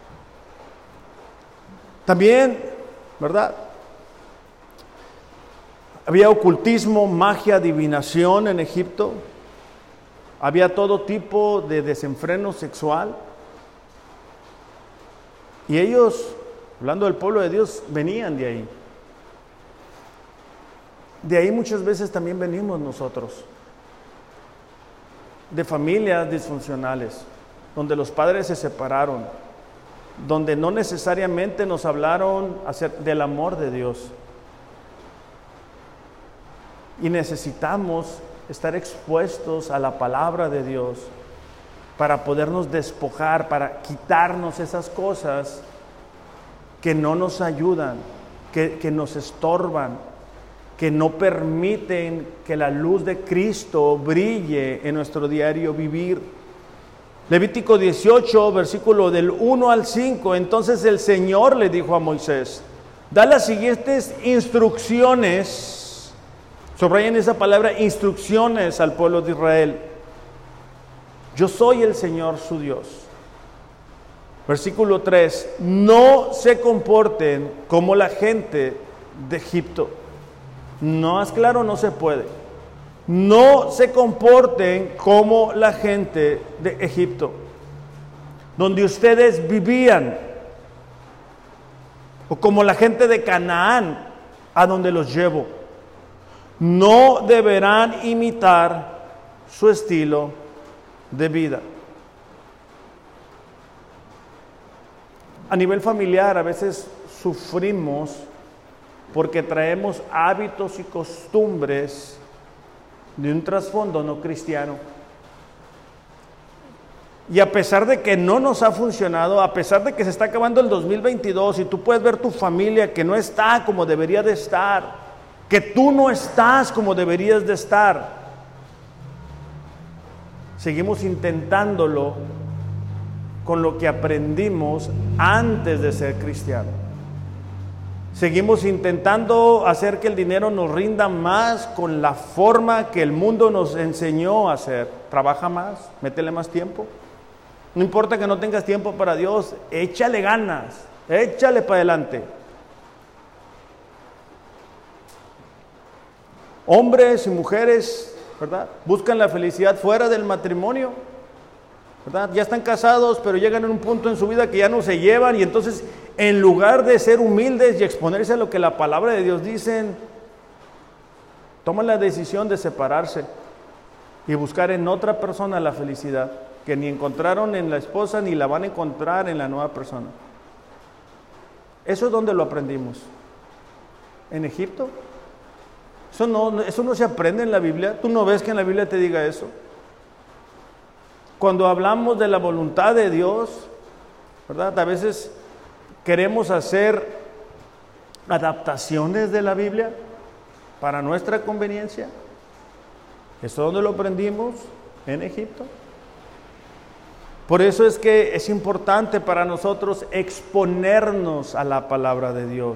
También, ¿verdad? Había ocultismo, magia, adivinación en Egipto. Había todo tipo de desenfreno sexual. Y ellos, hablando del pueblo de Dios, venían de ahí. De ahí muchas veces también venimos nosotros. De familias disfuncionales, donde los padres se separaron, donde no necesariamente nos hablaron del amor de Dios. Y necesitamos estar expuestos a la palabra de Dios para podernos despojar, para quitarnos esas cosas que no nos ayudan, que nos estorban, que no permiten que la luz de Cristo brille en nuestro diario vivir. Levítico 18, versículo del 1 al 5, entonces el Señor le dijo a Moisés, da las siguientes instrucciones Subrayen esa palabra, instrucciones al pueblo de Israel. Yo soy el Señor su Dios. Versículo 3, no se comporten como la gente de Egipto. No, más claro, no se puede. No se comporten como la gente de Egipto, donde ustedes vivían, o como la gente de Canaán, a donde los llevo. No deberán imitar su estilo de vida. A nivel familiar, a veces sufrimos porque traemos hábitos y costumbres de un trasfondo no cristiano. Y a pesar de que no nos ha funcionado, a pesar de que se está acabando el 2022 y tú puedes ver tu familia que no está como debería de estar, que tú no estás como deberías de estar, seguimos intentándolo con lo que aprendimos antes de ser cristiano. Seguimos intentando hacer que el dinero nos rinda más con la forma que el mundo nos enseñó a hacer. Trabaja más, métele más tiempo. No importa que no tengas tiempo para Dios, échale ganas, échale para adelante. Hombres y mujeres, ¿verdad?, buscan la felicidad fuera del matrimonio, ¿verdad? Ya están casados, pero llegan a un punto en su vida que ya no se llevan, y entonces, en lugar de ser humildes y exponerse a lo que la palabra de Dios dice, toman la decisión de separarse y buscar en otra persona la felicidad, que ni encontraron en la esposa ni la van a encontrar en la nueva persona. ¿Eso es donde lo aprendimos? ¿En Egipto? Eso no se aprende en la Biblia. ¿Tú no ves que en la Biblia te diga eso? Cuando hablamos de la voluntad de Dios, ¿verdad?, a veces queremos hacer adaptaciones de la Biblia para nuestra conveniencia. ¿Eso dónde lo aprendimos? En Egipto. Por eso es que es importante para nosotros exponernos a la palabra de Dios.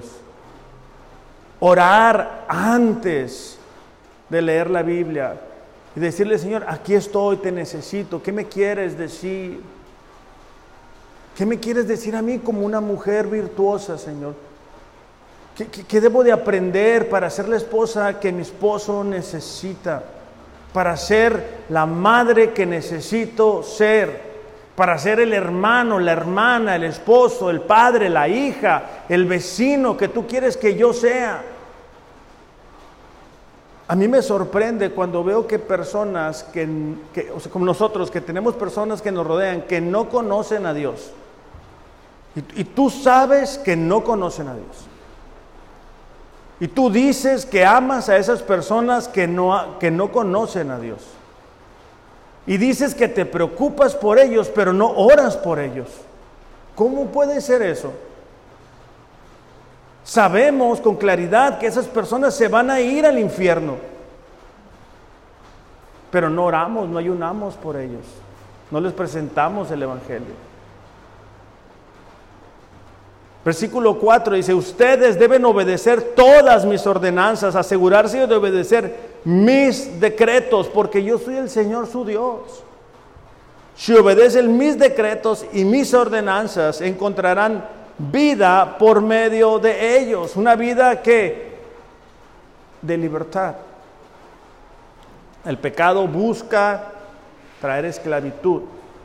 Orar antes de leer la Biblia y decirle: Señor, aquí estoy, te necesito. ¿Qué me quieres decir? ¿Qué me quieres decir a mí como una mujer virtuosa, Señor? ¿Qué debo de aprender para ser la esposa que mi esposo necesita? Para ser la madre que necesito ser, para ser el hermano, la hermana, el esposo, el padre, la hija, el vecino que tú quieres que yo sea. A mí me sorprende cuando veo que personas o sea, como nosotros, que tenemos personas que nos rodean, que no conocen a Dios. Y tú sabes que no conocen a Dios. Y tú dices que amas a esas personas que no conocen a Dios. Y dices que te preocupas por ellos, pero no oras por ellos. ¿Cómo puede ser eso? Sabemos con claridad que esas personas se van a ir al infierno, pero no oramos, no ayunamos por ellos, no les presentamos el Evangelio. Versículo 4 dice: ustedes deben obedecer todas mis ordenanzas, asegurarse de obedecer mis decretos, porque yo soy el Señor su Dios. Si obedecen mis decretos y mis ordenanzas, encontrarán vida por medio de ellos, una vida de libertad. El pecado busca traer esclavitud,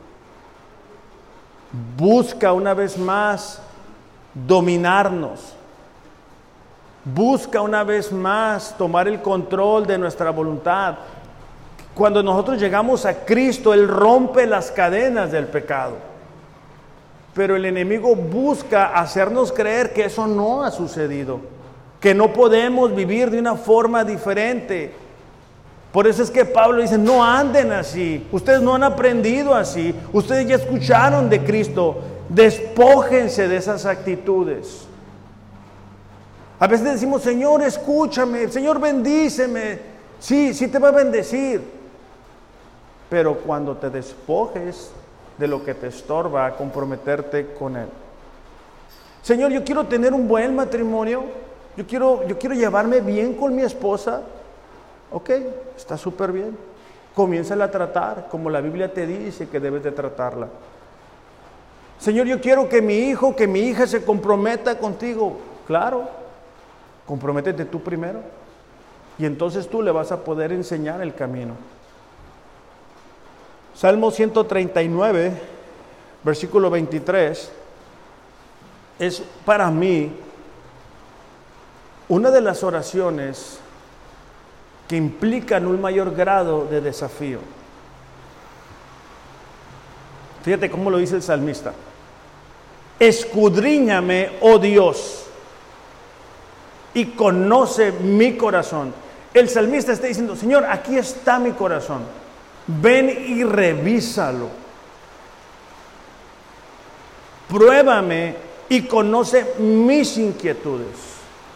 busca una vez más dominarnos, busca una vez más tomar el control de nuestra voluntad. Cuando nosotros llegamos a Cristo, Él rompe las cadenas del pecado, pero el enemigo busca hacernos creer que eso no ha sucedido, que no podemos vivir de una forma diferente. Por eso es que Pablo dice: no anden así, ustedes no han aprendido así, ustedes ya escucharon de Cristo, despójense de esas actitudes. A veces decimos: Señor, escúchame, Señor, bendíceme. Sí te va a bendecir, pero cuando te despojes de lo que te estorba a comprometerte con Él. Señor, yo quiero tener un buen matrimonio, yo quiero llevarme bien con mi esposa, Ok, está súper bien. Comiénzala a tratar como la Biblia te dice que debes de tratarla. Señor, yo quiero que mi hijo, que mi hija se comprometa contigo. Claro, comprométete tú primero. Y entonces tú le vas a poder enseñar el camino. Salmo 139, versículo 23, es para mí una de las oraciones que implican un mayor grado de desafío. Fíjate cómo lo dice el salmista. Escudriñame, oh Dios, y conoce mi corazón. El salmista está diciendo, Señor, aquí está mi corazón. Ven y revísalo. Pruébame y conoce mis inquietudes.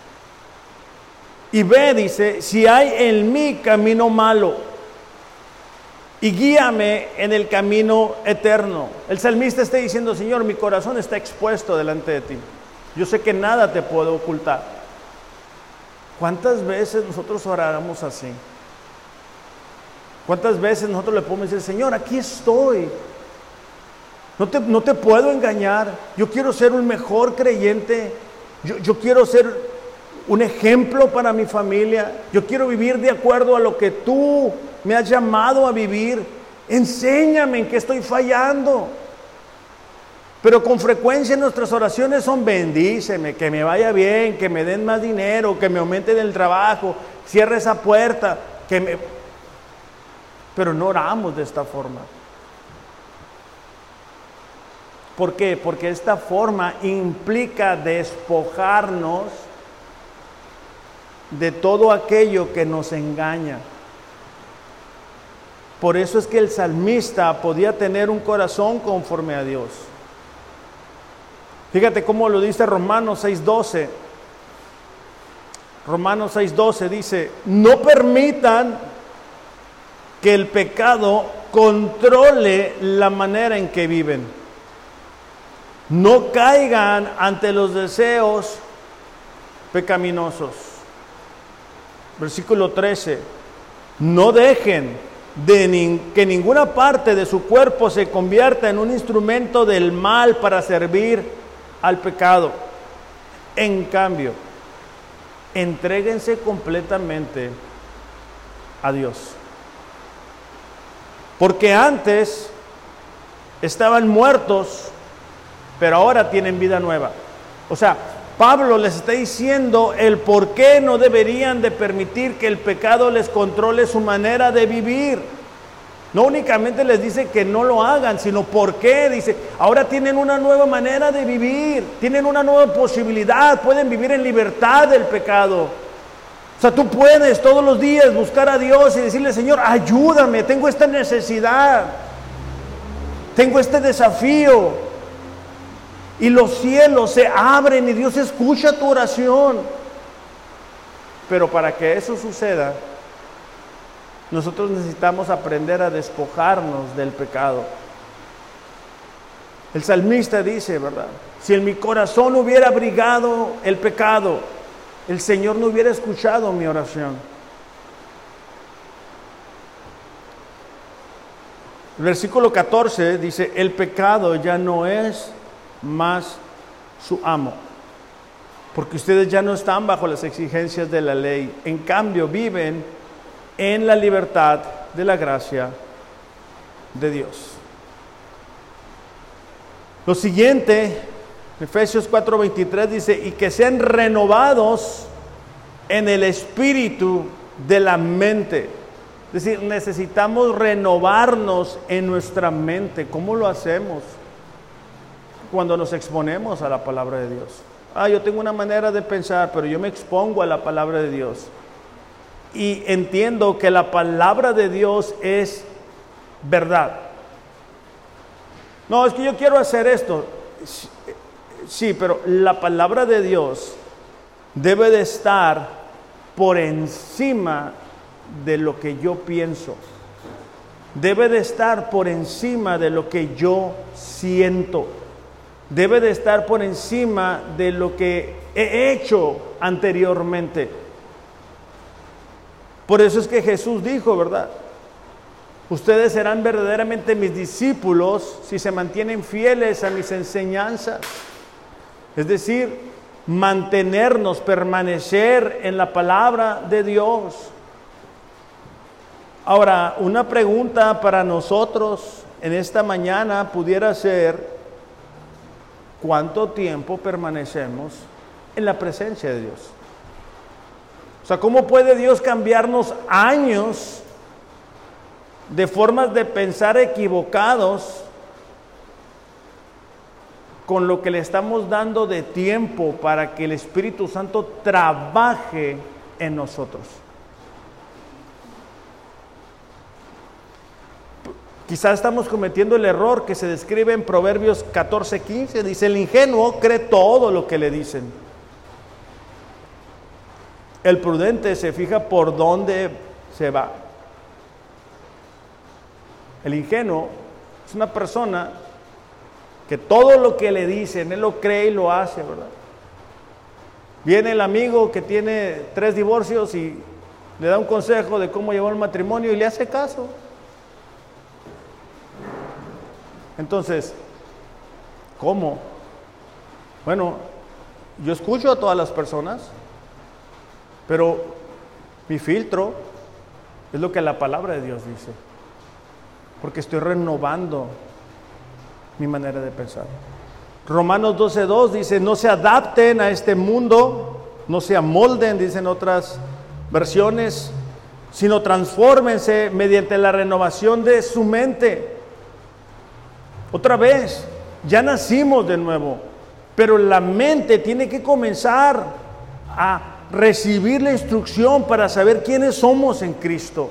Y ve, dice, si hay en mí camino malo, y guíame en el camino eterno. El salmista está diciendo, Señor, mi corazón está expuesto delante de ti. Yo sé que nada te puedo ocultar. ¿Cuántas veces nosotros oramos así? ¿Cuántas veces nosotros le podemos decir, Señor, aquí estoy? No te puedo engañar. Yo quiero ser un mejor creyente. Yo quiero ser un ejemplo para mi familia. Yo quiero vivir de acuerdo a lo que tú me has llamado a vivir. Enséñame en qué estoy fallando. Pero con frecuencia nuestras oraciones son bendíceme, que me vaya bien, que me den más dinero, que me aumenten el trabajo, cierre esa puerta, pero no oramos de esta forma. ¿Por qué? Porque esta forma implica despojarnos de todo aquello que nos engaña. Por eso es que el salmista podía tener un corazón conforme a Dios. Fíjate cómo lo dice Romanos 6:12. Romanos 6:12 dice, no permitan que el pecado controle la manera en que viven. No caigan ante los deseos pecaminosos. Versículo 13. No dejen que ninguna parte de su cuerpo se convierta en un instrumento del mal para servir al pecado. En cambio, entréguense completamente a Dios. Porque antes estaban muertos, pero ahora tienen vida nueva. O sea, Pablo les está diciendo el por qué no deberían de permitir que el pecado les controle su manera de vivir. No únicamente les dice que no lo hagan, sino por qué. Dice, ahora tienen una nueva manera de vivir, tienen una nueva posibilidad, pueden vivir en libertad del pecado. O sea, tú puedes todos los días buscar a Dios y decirle, Señor, ayúdame, tengo esta necesidad, tengo este desafío. Y los cielos se abren y Dios escucha tu oración. Pero para que eso suceda, nosotros necesitamos aprender a despojarnos del pecado. El salmista dice, ¿verdad? Si en mi corazón hubiera abrigado el pecado, el Señor no hubiera escuchado mi oración. El versículo 14 dice, el pecado ya no es más su amo, porque ustedes ya no están bajo las exigencias de la ley, en cambio viven en la libertad de la gracia de Dios. Lo siguiente, Efesios 4:23 dice, y que sean renovados en el espíritu de la mente. Es decir, necesitamos renovarnos en nuestra mente. ¿Cómo lo hacemos? Cuando nos exponemos a la palabra de Dios. Yo tengo una manera de pensar, pero yo me expongo a la palabra de Dios. Y entiendo que la palabra de Dios es verdad. No, es que yo quiero hacer esto. Sí, pero la palabra de Dios debe de estar por encima de lo que yo pienso. Debe de estar por encima de lo que yo siento. Debe de estar por encima de lo que he hecho anteriormente. Por eso es que Jesús dijo, ¿verdad? Ustedes serán verdaderamente mis discípulos si se mantienen fieles a mis enseñanzas. Es decir, mantenernos, permanecer en la palabra de Dios. Ahora, una pregunta para nosotros en esta mañana pudiera ser: ¿cuánto tiempo permanecemos en la presencia de Dios? O sea, ¿cómo puede Dios cambiarnos años de formas de pensar equivocados con lo que le estamos dando de tiempo para que el Espíritu Santo trabaje en nosotros? Quizás estamos cometiendo el error que se describe en Proverbios 14:15. Dice: el ingenuo cree todo lo que le dicen. El prudente se fija por dónde se va. El ingenuo es una persona que todo lo que le dicen, él lo cree y lo hace, ¿verdad? Viene el amigo que tiene 3 divorcios y le da un consejo de cómo llevar el matrimonio y le hace caso. Entonces, ¿cómo? Bueno, yo escucho a todas las personas, pero mi filtro es lo que la palabra de Dios dice, porque estoy renovando mi manera de pensar. Romanos 12:2 dice: no se adapten a este mundo, no se amolden, dicen otras versiones, sino transfórmense mediante la renovación de su mente. Otra vez, ya nacimos de nuevo, pero la mente tiene que comenzar a recibir la instrucción para saber quiénes somos en Cristo.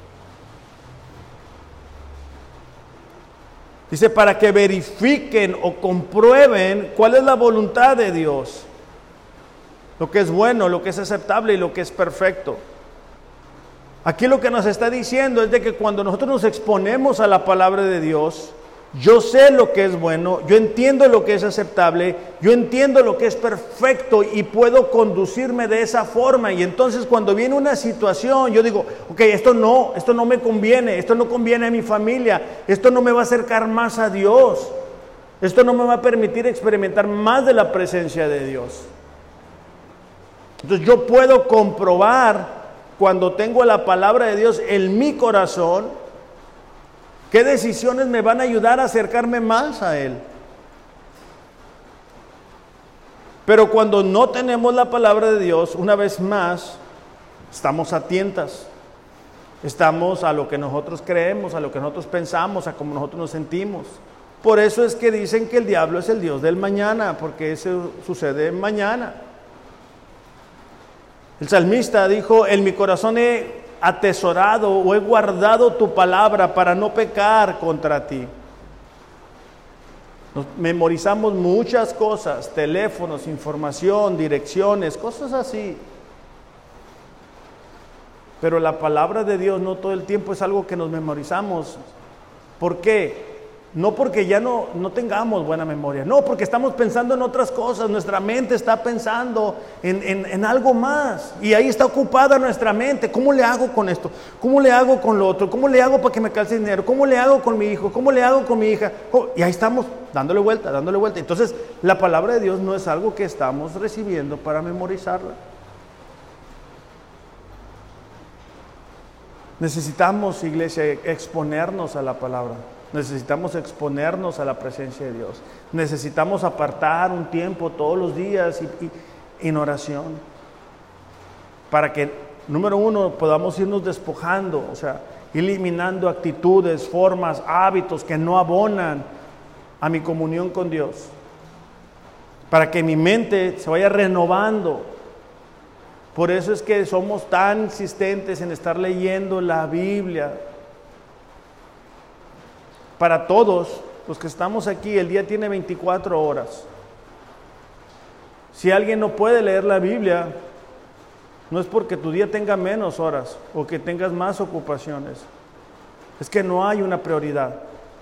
Dice: para que verifiquen o comprueben cuál es la voluntad de Dios, lo que es bueno, lo que es aceptable y lo que es perfecto. Aquí lo que nos está diciendo es de que cuando nosotros nos exponemos a la palabra de Dios, yo sé lo que es bueno, yo entiendo lo que es aceptable, yo entiendo lo que es perfecto y puedo conducirme de esa forma. Y entonces cuando viene una situación, yo digo: ok, esto no me conviene, esto no conviene a mi familia, esto no me va a acercar más a Dios, esto no me va a permitir experimentar más de la presencia de Dios. Entonces yo puedo comprobar, cuando tengo la palabra de Dios en mi corazón, ¿qué decisiones me van a ayudar a acercarme más a Él? Pero cuando no tenemos la palabra de Dios, una vez más, estamos a tientas. Estamos a lo que nosotros creemos, a lo que nosotros pensamos, a cómo nosotros nos sentimos. Por eso es que dicen que el diablo es el Dios del mañana, porque eso sucede mañana. El salmista dijo: en mi corazón he atesorado o he guardado tu palabra para no pecar contra ti. Nos memorizamos muchas cosas, teléfonos, información, direcciones, cosas así. Pero la palabra de Dios no todo el tiempo es algo que nos memorizamos. ¿Por qué? No porque ya no tengamos buena memoria, no, porque estamos pensando en otras cosas, nuestra mente está pensando en algo más, y ahí está ocupada nuestra mente. ¿Cómo le hago con esto? ¿Cómo le hago con lo otro? ¿Cómo le hago para que me calce dinero? ¿Cómo le hago con mi hijo? ¿Cómo le hago con mi hija? Y ahí estamos dándole vuelta. Entonces, la palabra de Dios no es algo que estamos recibiendo para memorizarla. Necesitamos, iglesia, exponernos a la palabra. Necesitamos exponernos a la presencia de Dios. Necesitamos apartar un tiempo todos los días y en oración, para que, número uno, podamos irnos despojando, o sea, eliminando actitudes, formas, hábitos que no abonan a mi comunión con Dios, para que mi mente se vaya renovando. Por eso es que somos tan insistentes en estar leyendo la Biblia. Para todos los que estamos aquí, el día tiene 24 horas. Si alguien no puede leer la Biblia, no es porque tu día tenga menos horas o que tengas más ocupaciones. Es que no hay una prioridad.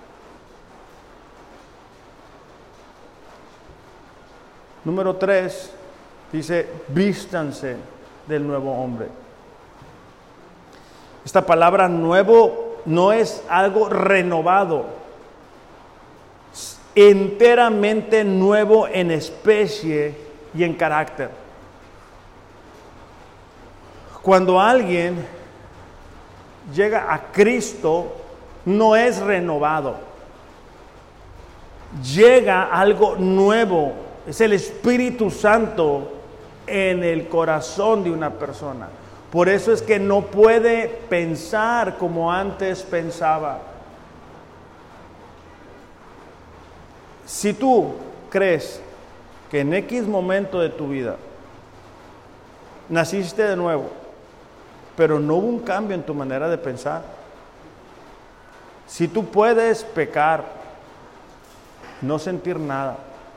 Número 3, dice: vístanse del nuevo hombre. Esta palabra nuevo no es algo renovado, es enteramente nuevo en especie y en carácter. Cuando alguien llega a Cristo, no es renovado. Llega algo nuevo. Es el Espíritu Santo en el corazón de una persona. Por eso es que no puede pensar como antes pensaba. Si tú crees que en X momento de tu vida naciste de nuevo, pero no hubo un cambio en tu manera de pensar, si tú puedes pecar, no sentir nada,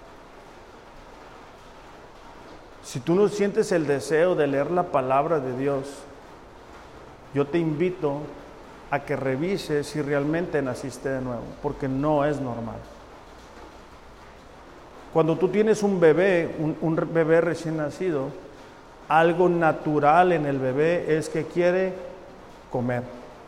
si tú no sientes el deseo de leer la palabra de Dios, yo te invito a que revises si realmente naciste de nuevo, porque no es normal. Cuando tú tienes un bebé, un bebé recién nacido, algo natural en el bebé es que quiere comer.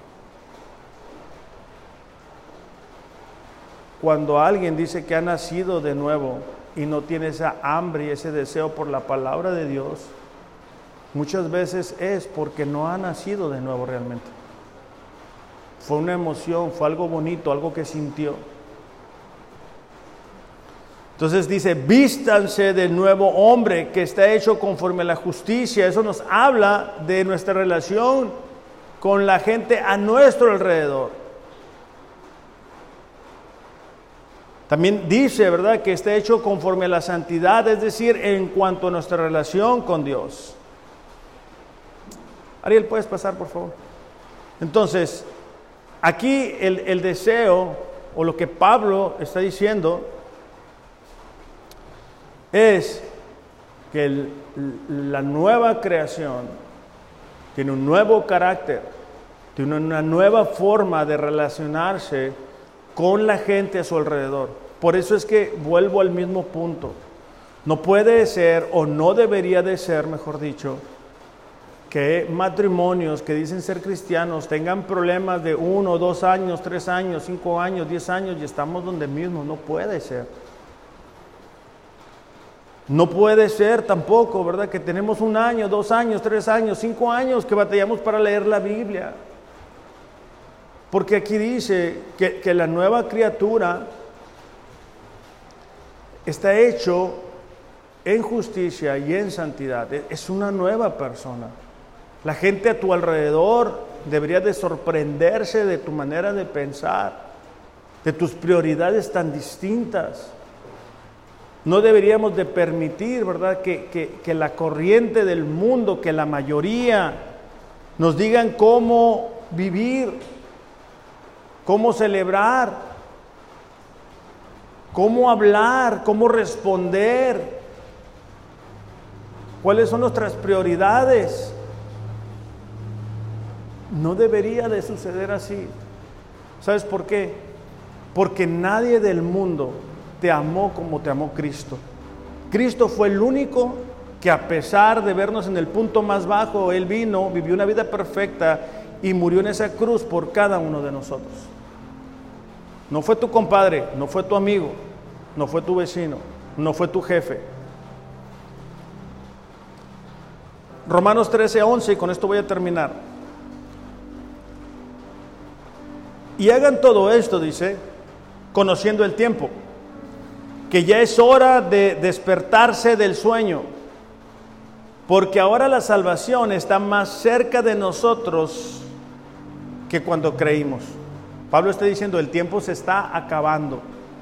Cuando alguien dice que ha nacido de nuevo y no tiene esa hambre y ese deseo por la palabra de Dios, muchas veces es porque no ha nacido de nuevo realmente. Fue una emoción, fue algo bonito, algo que sintió. Entonces dice, vístanse del nuevo hombre que está hecho conforme a la justicia. Eso nos habla de nuestra relación con la gente a nuestro alrededor. También dice, ¿verdad?, que está hecho conforme a la santidad, es decir, en cuanto a nuestra relación con Dios. Ariel, ¿puedes pasar, por favor? Entonces, aquí el deseo, o lo que Pablo está diciendo, es que la nueva creación tiene un nuevo carácter, tiene una nueva forma de relacionarse con la gente a su alrededor. Por eso es que vuelvo al mismo punto. No puede ser, o no debería de ser, mejor dicho, que matrimonios que dicen ser cristianos tengan problemas de 1, 2 años, 3 años, 5 años, 10 años y estamos donde mismo. No puede ser. No puede ser tampoco, ¿verdad?, que tenemos 1 año, 2 años, 3 años, 5 años que batallamos para leer la Biblia. Porque aquí dice que la nueva criatura está hecho en justicia y en santidad. Es una nueva persona. La gente a tu alrededor debería de sorprenderse de tu manera de pensar, de tus prioridades tan distintas. No deberíamos de permitir, ¿verdad?, que la corriente del mundo, que la mayoría nos digan cómo vivir, cómo celebrar, cómo hablar, cómo responder, cuáles son nuestras prioridades. No debería de suceder así. ¿Sabes por qué? Porque nadie del mundo te amó como te amó Cristo. Cristo fue el único que, a pesar de vernos en el punto más bajo, Él vino, vivió una vida perfecta y murió en esa cruz por cada uno de nosotros. No fue tu compadre, no fue tu amigo, no fue tu vecino, no fue tu jefe. Romanos 13:11, y con esto voy a terminar. Y hagan todo esto, dice, conociendo el tiempo, que ya es hora de despertarse del sueño, porque ahora la salvación está más cerca de nosotros que cuando creímos. Pablo está diciendo, el tiempo se está acabando.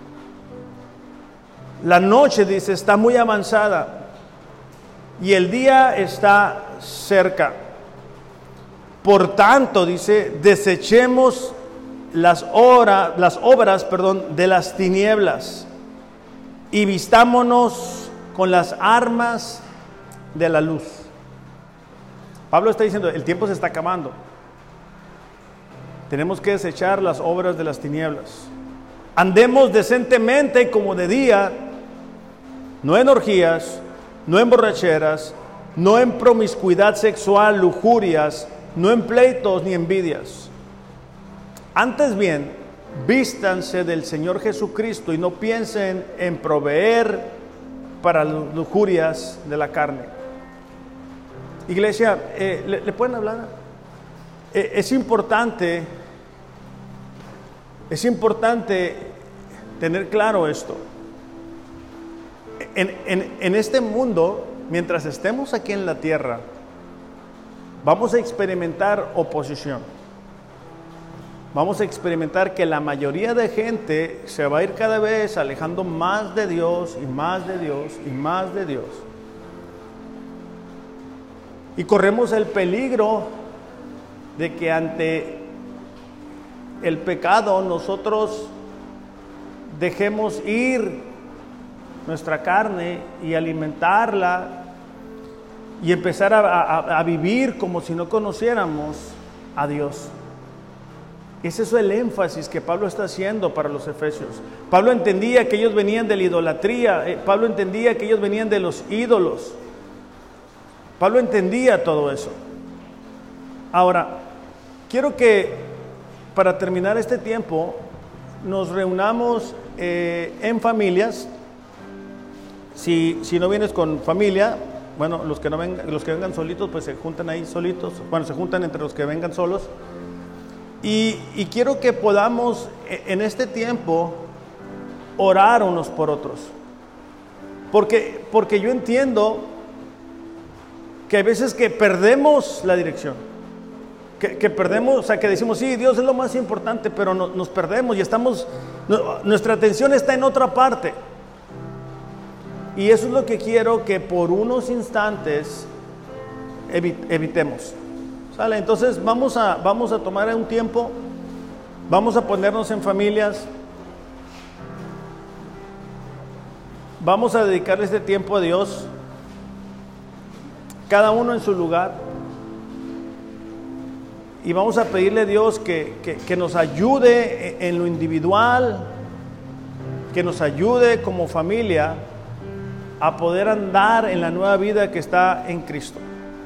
La noche, dice, está muy avanzada y el día está cerca. Por tanto, dice, desechemos las obras de las tinieblas y vistámonos con las armas de la luz. Pablo está diciendo, el tiempo se está acabando. Tenemos que desechar las obras de las tinieblas. Andemos decentemente como de día, no en orgías, no en borracheras, no en promiscuidad sexual, lujurias, no en pleitos ni envidias. Antes bien, vístanse del Señor Jesucristo y no piensen en proveer para las lujurias de la carne. Iglesia, ¿le pueden hablar? Es importante tener claro esto. En este mundo, mientras estemos aquí en la tierra, vamos a experimentar oposición. Vamos a experimentar que la mayoría de gente se va a ir cada vez alejando más de Dios y más de Dios y más de Dios. Y corremos el peligro de que ante el pecado nosotros dejemos ir nuestra carne y alimentarla y empezar a vivir como si no conociéramos a Dios. Ese es el énfasis que Pablo está haciendo para los efesios. Pablo entendía que ellos venían de la idolatría, Pablo entendía que ellos venían de los ídolos. Pablo entendía todo eso. Ahora, quiero que para terminar este tiempo nos reunamos en familias. Si no vienes con familia, bueno, los que vengan solitos, pues se juntan ahí solitos. Bueno, se juntan entre los que vengan solos. Y quiero que podamos en este tiempo orar unos por otros. Porque yo entiendo que hay veces que perdemos la dirección. Que perdemos, o sea, que decimos, sí, Dios es lo más importante, pero nos perdemos y nuestra atención está en otra parte. Y eso es lo que quiero que por unos instantes evitemos. ¿Sale? Entonces vamos a tomar un tiempo, vamos a ponernos en familias, vamos a dedicarle este tiempo a Dios, cada uno en su lugar, y vamos a pedirle a Dios que nos ayude en lo individual, que nos ayude como familia a poder andar en la nueva vida que está en Cristo.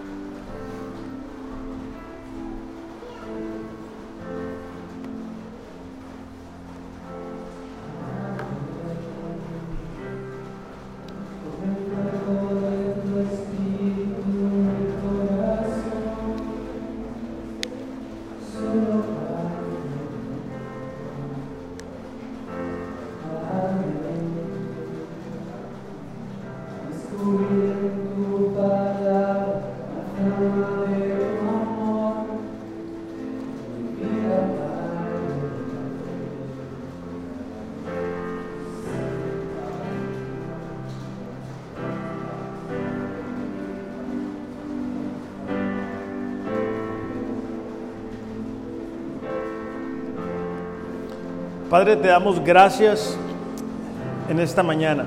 Padre, te damos gracias en esta mañana.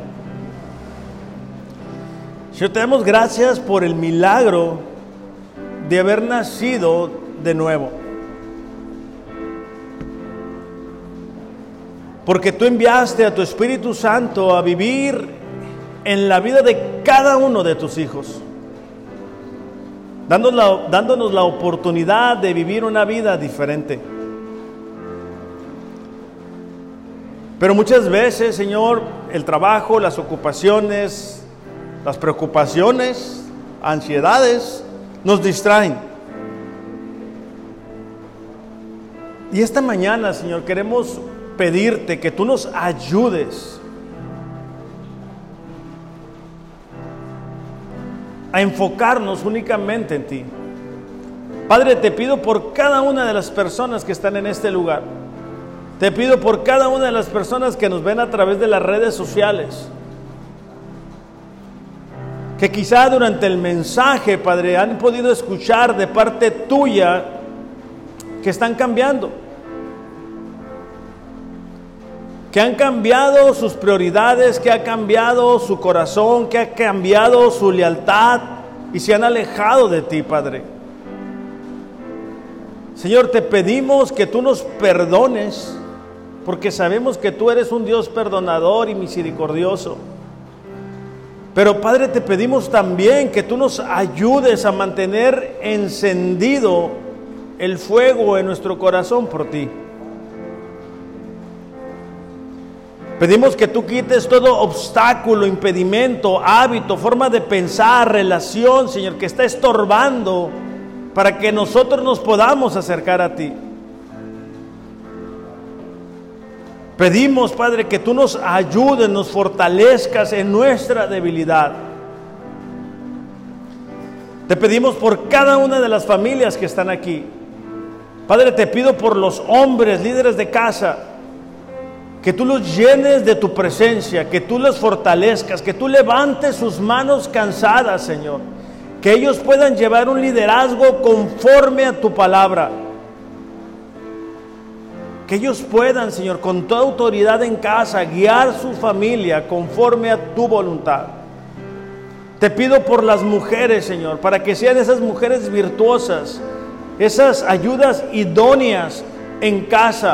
Señor, te damos gracias por el milagro de haber nacido de nuevo. Porque tú enviaste a tu Espíritu Santo a vivir en la vida de cada uno de tus hijos, dándonos la oportunidad de vivir una vida diferente. Pero muchas veces, Señor, el trabajo, las ocupaciones, las preocupaciones, ansiedades, nos distraen. Y esta mañana, Señor, queremos pedirte que tú nos ayudes a enfocarnos únicamente en ti. Padre, te pido por cada una de las personas que están en este lugar. Te pido por cada una de las personas que nos ven a través de las redes sociales, que quizá durante el mensaje, Padre, han podido escuchar de parte tuya que están cambiando, que han cambiado sus prioridades, que ha cambiado su corazón, que ha cambiado su lealtad y se han alejado de ti, Padre. Señor, te pedimos que tú nos perdones, porque sabemos que tú eres un Dios perdonador y misericordioso. Pero Padre, te pedimos también que tú nos ayudes a mantener encendido el fuego en nuestro corazón por ti. Pedimos que tú quites todo obstáculo, impedimento, hábito, forma de pensar, relación, Señor, que está estorbando para que nosotros nos podamos acercar a ti. Pedimos, Padre, que tú nos ayudes, nos fortalezcas en nuestra debilidad. Te pedimos por cada una de las familias que están aquí. Padre, te pido por los hombres, líderes de casa, que tú los llenes de tu presencia, que tú los fortalezcas, que tú levantes sus manos cansadas, Señor, que ellos puedan llevar un liderazgo conforme a tu palabra, que ellos puedan, Señor, con toda autoridad en casa, guiar su familia conforme a tu voluntad. Te pido por las mujeres, Señor, para que sean esas mujeres virtuosas, esas ayudas idóneas en casa,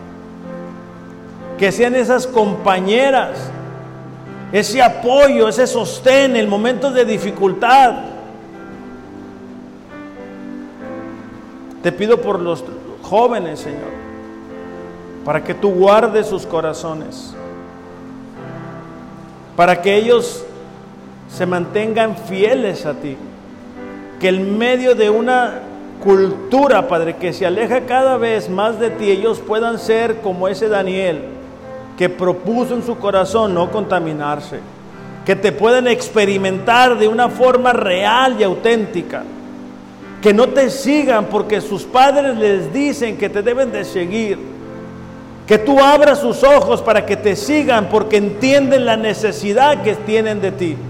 que sean esas compañeras, ese apoyo, ese sostén en momentos de dificultad. Te pido por los jóvenes, Señor, para que tú guardes sus corazones, para que ellos se mantengan fieles a ti, que en medio de una cultura, Padre, que se aleja cada vez más de ti, ellos puedan ser como ese Daniel, que propuso en su corazón no contaminarse, que te puedan experimentar de una forma real y auténtica, que no te sigan porque sus padres les dicen que te deben de seguir, que tú abras sus ojos para que te sigan porque entienden la necesidad que tienen de ti.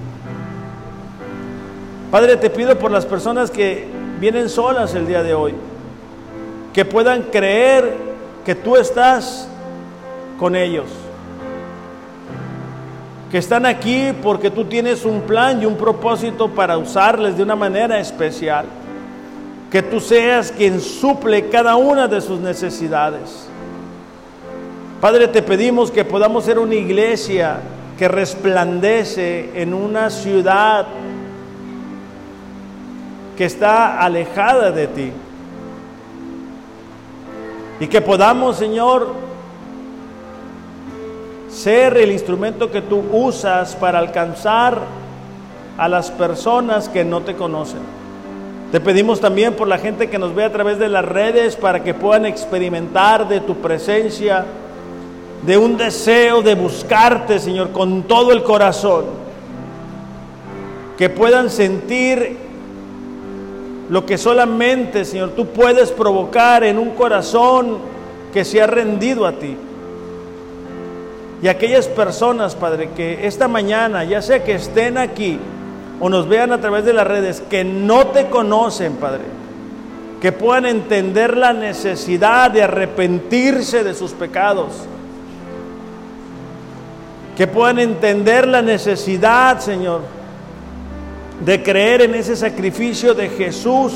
Padre, te pido por las personas que vienen solas el día de hoy, que puedan creer que tú estás con ellos, que están aquí porque tú tienes un plan y un propósito para usarles de una manera especial, que tú seas quien suple cada una de sus necesidades. Padre, te pedimos que podamos ser una iglesia que resplandece en una ciudad que está alejada de ti, y que podamos, Señor, ser el instrumento que tú usas para alcanzar a las personas que no te conocen. Te pedimos también por la gente que nos ve a través de las redes, para que puedan experimentar de tu presencia, de un deseo de buscarte, Señor, con todo el corazón, que puedan sentir lo que solamente, Señor, tú puedes provocar en un corazón que se ha rendido a ti. Y aquellas personas, Padre, que esta mañana, ya sea que estén aquí o nos vean a través de las redes, que no te conocen, Padre, que puedan entender la necesidad de arrepentirse de sus pecados, que puedan entender la necesidad, Señor, de creer en ese sacrificio de Jesús,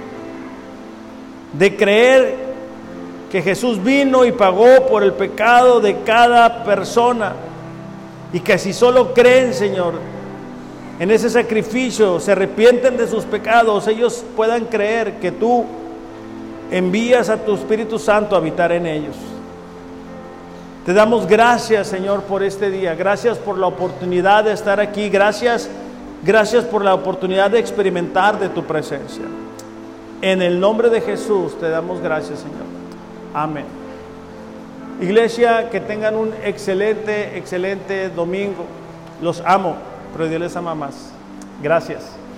de creer que Jesús vino y pagó por el pecado de cada persona, y que si solo creen, Señor, en ese sacrificio, se arrepienten de sus pecados, ellos puedan creer que tú envías a tu Espíritu Santo a habitar en ellos. Te damos gracias, Señor, por este día. Gracias por la oportunidad de estar aquí. Gracias por la oportunidad de experimentar de tu presencia. En el nombre de Jesús te damos gracias, Señor. Amén. Iglesia, que tengan un excelente domingo. Los amo, pero Dios les ama más. Gracias.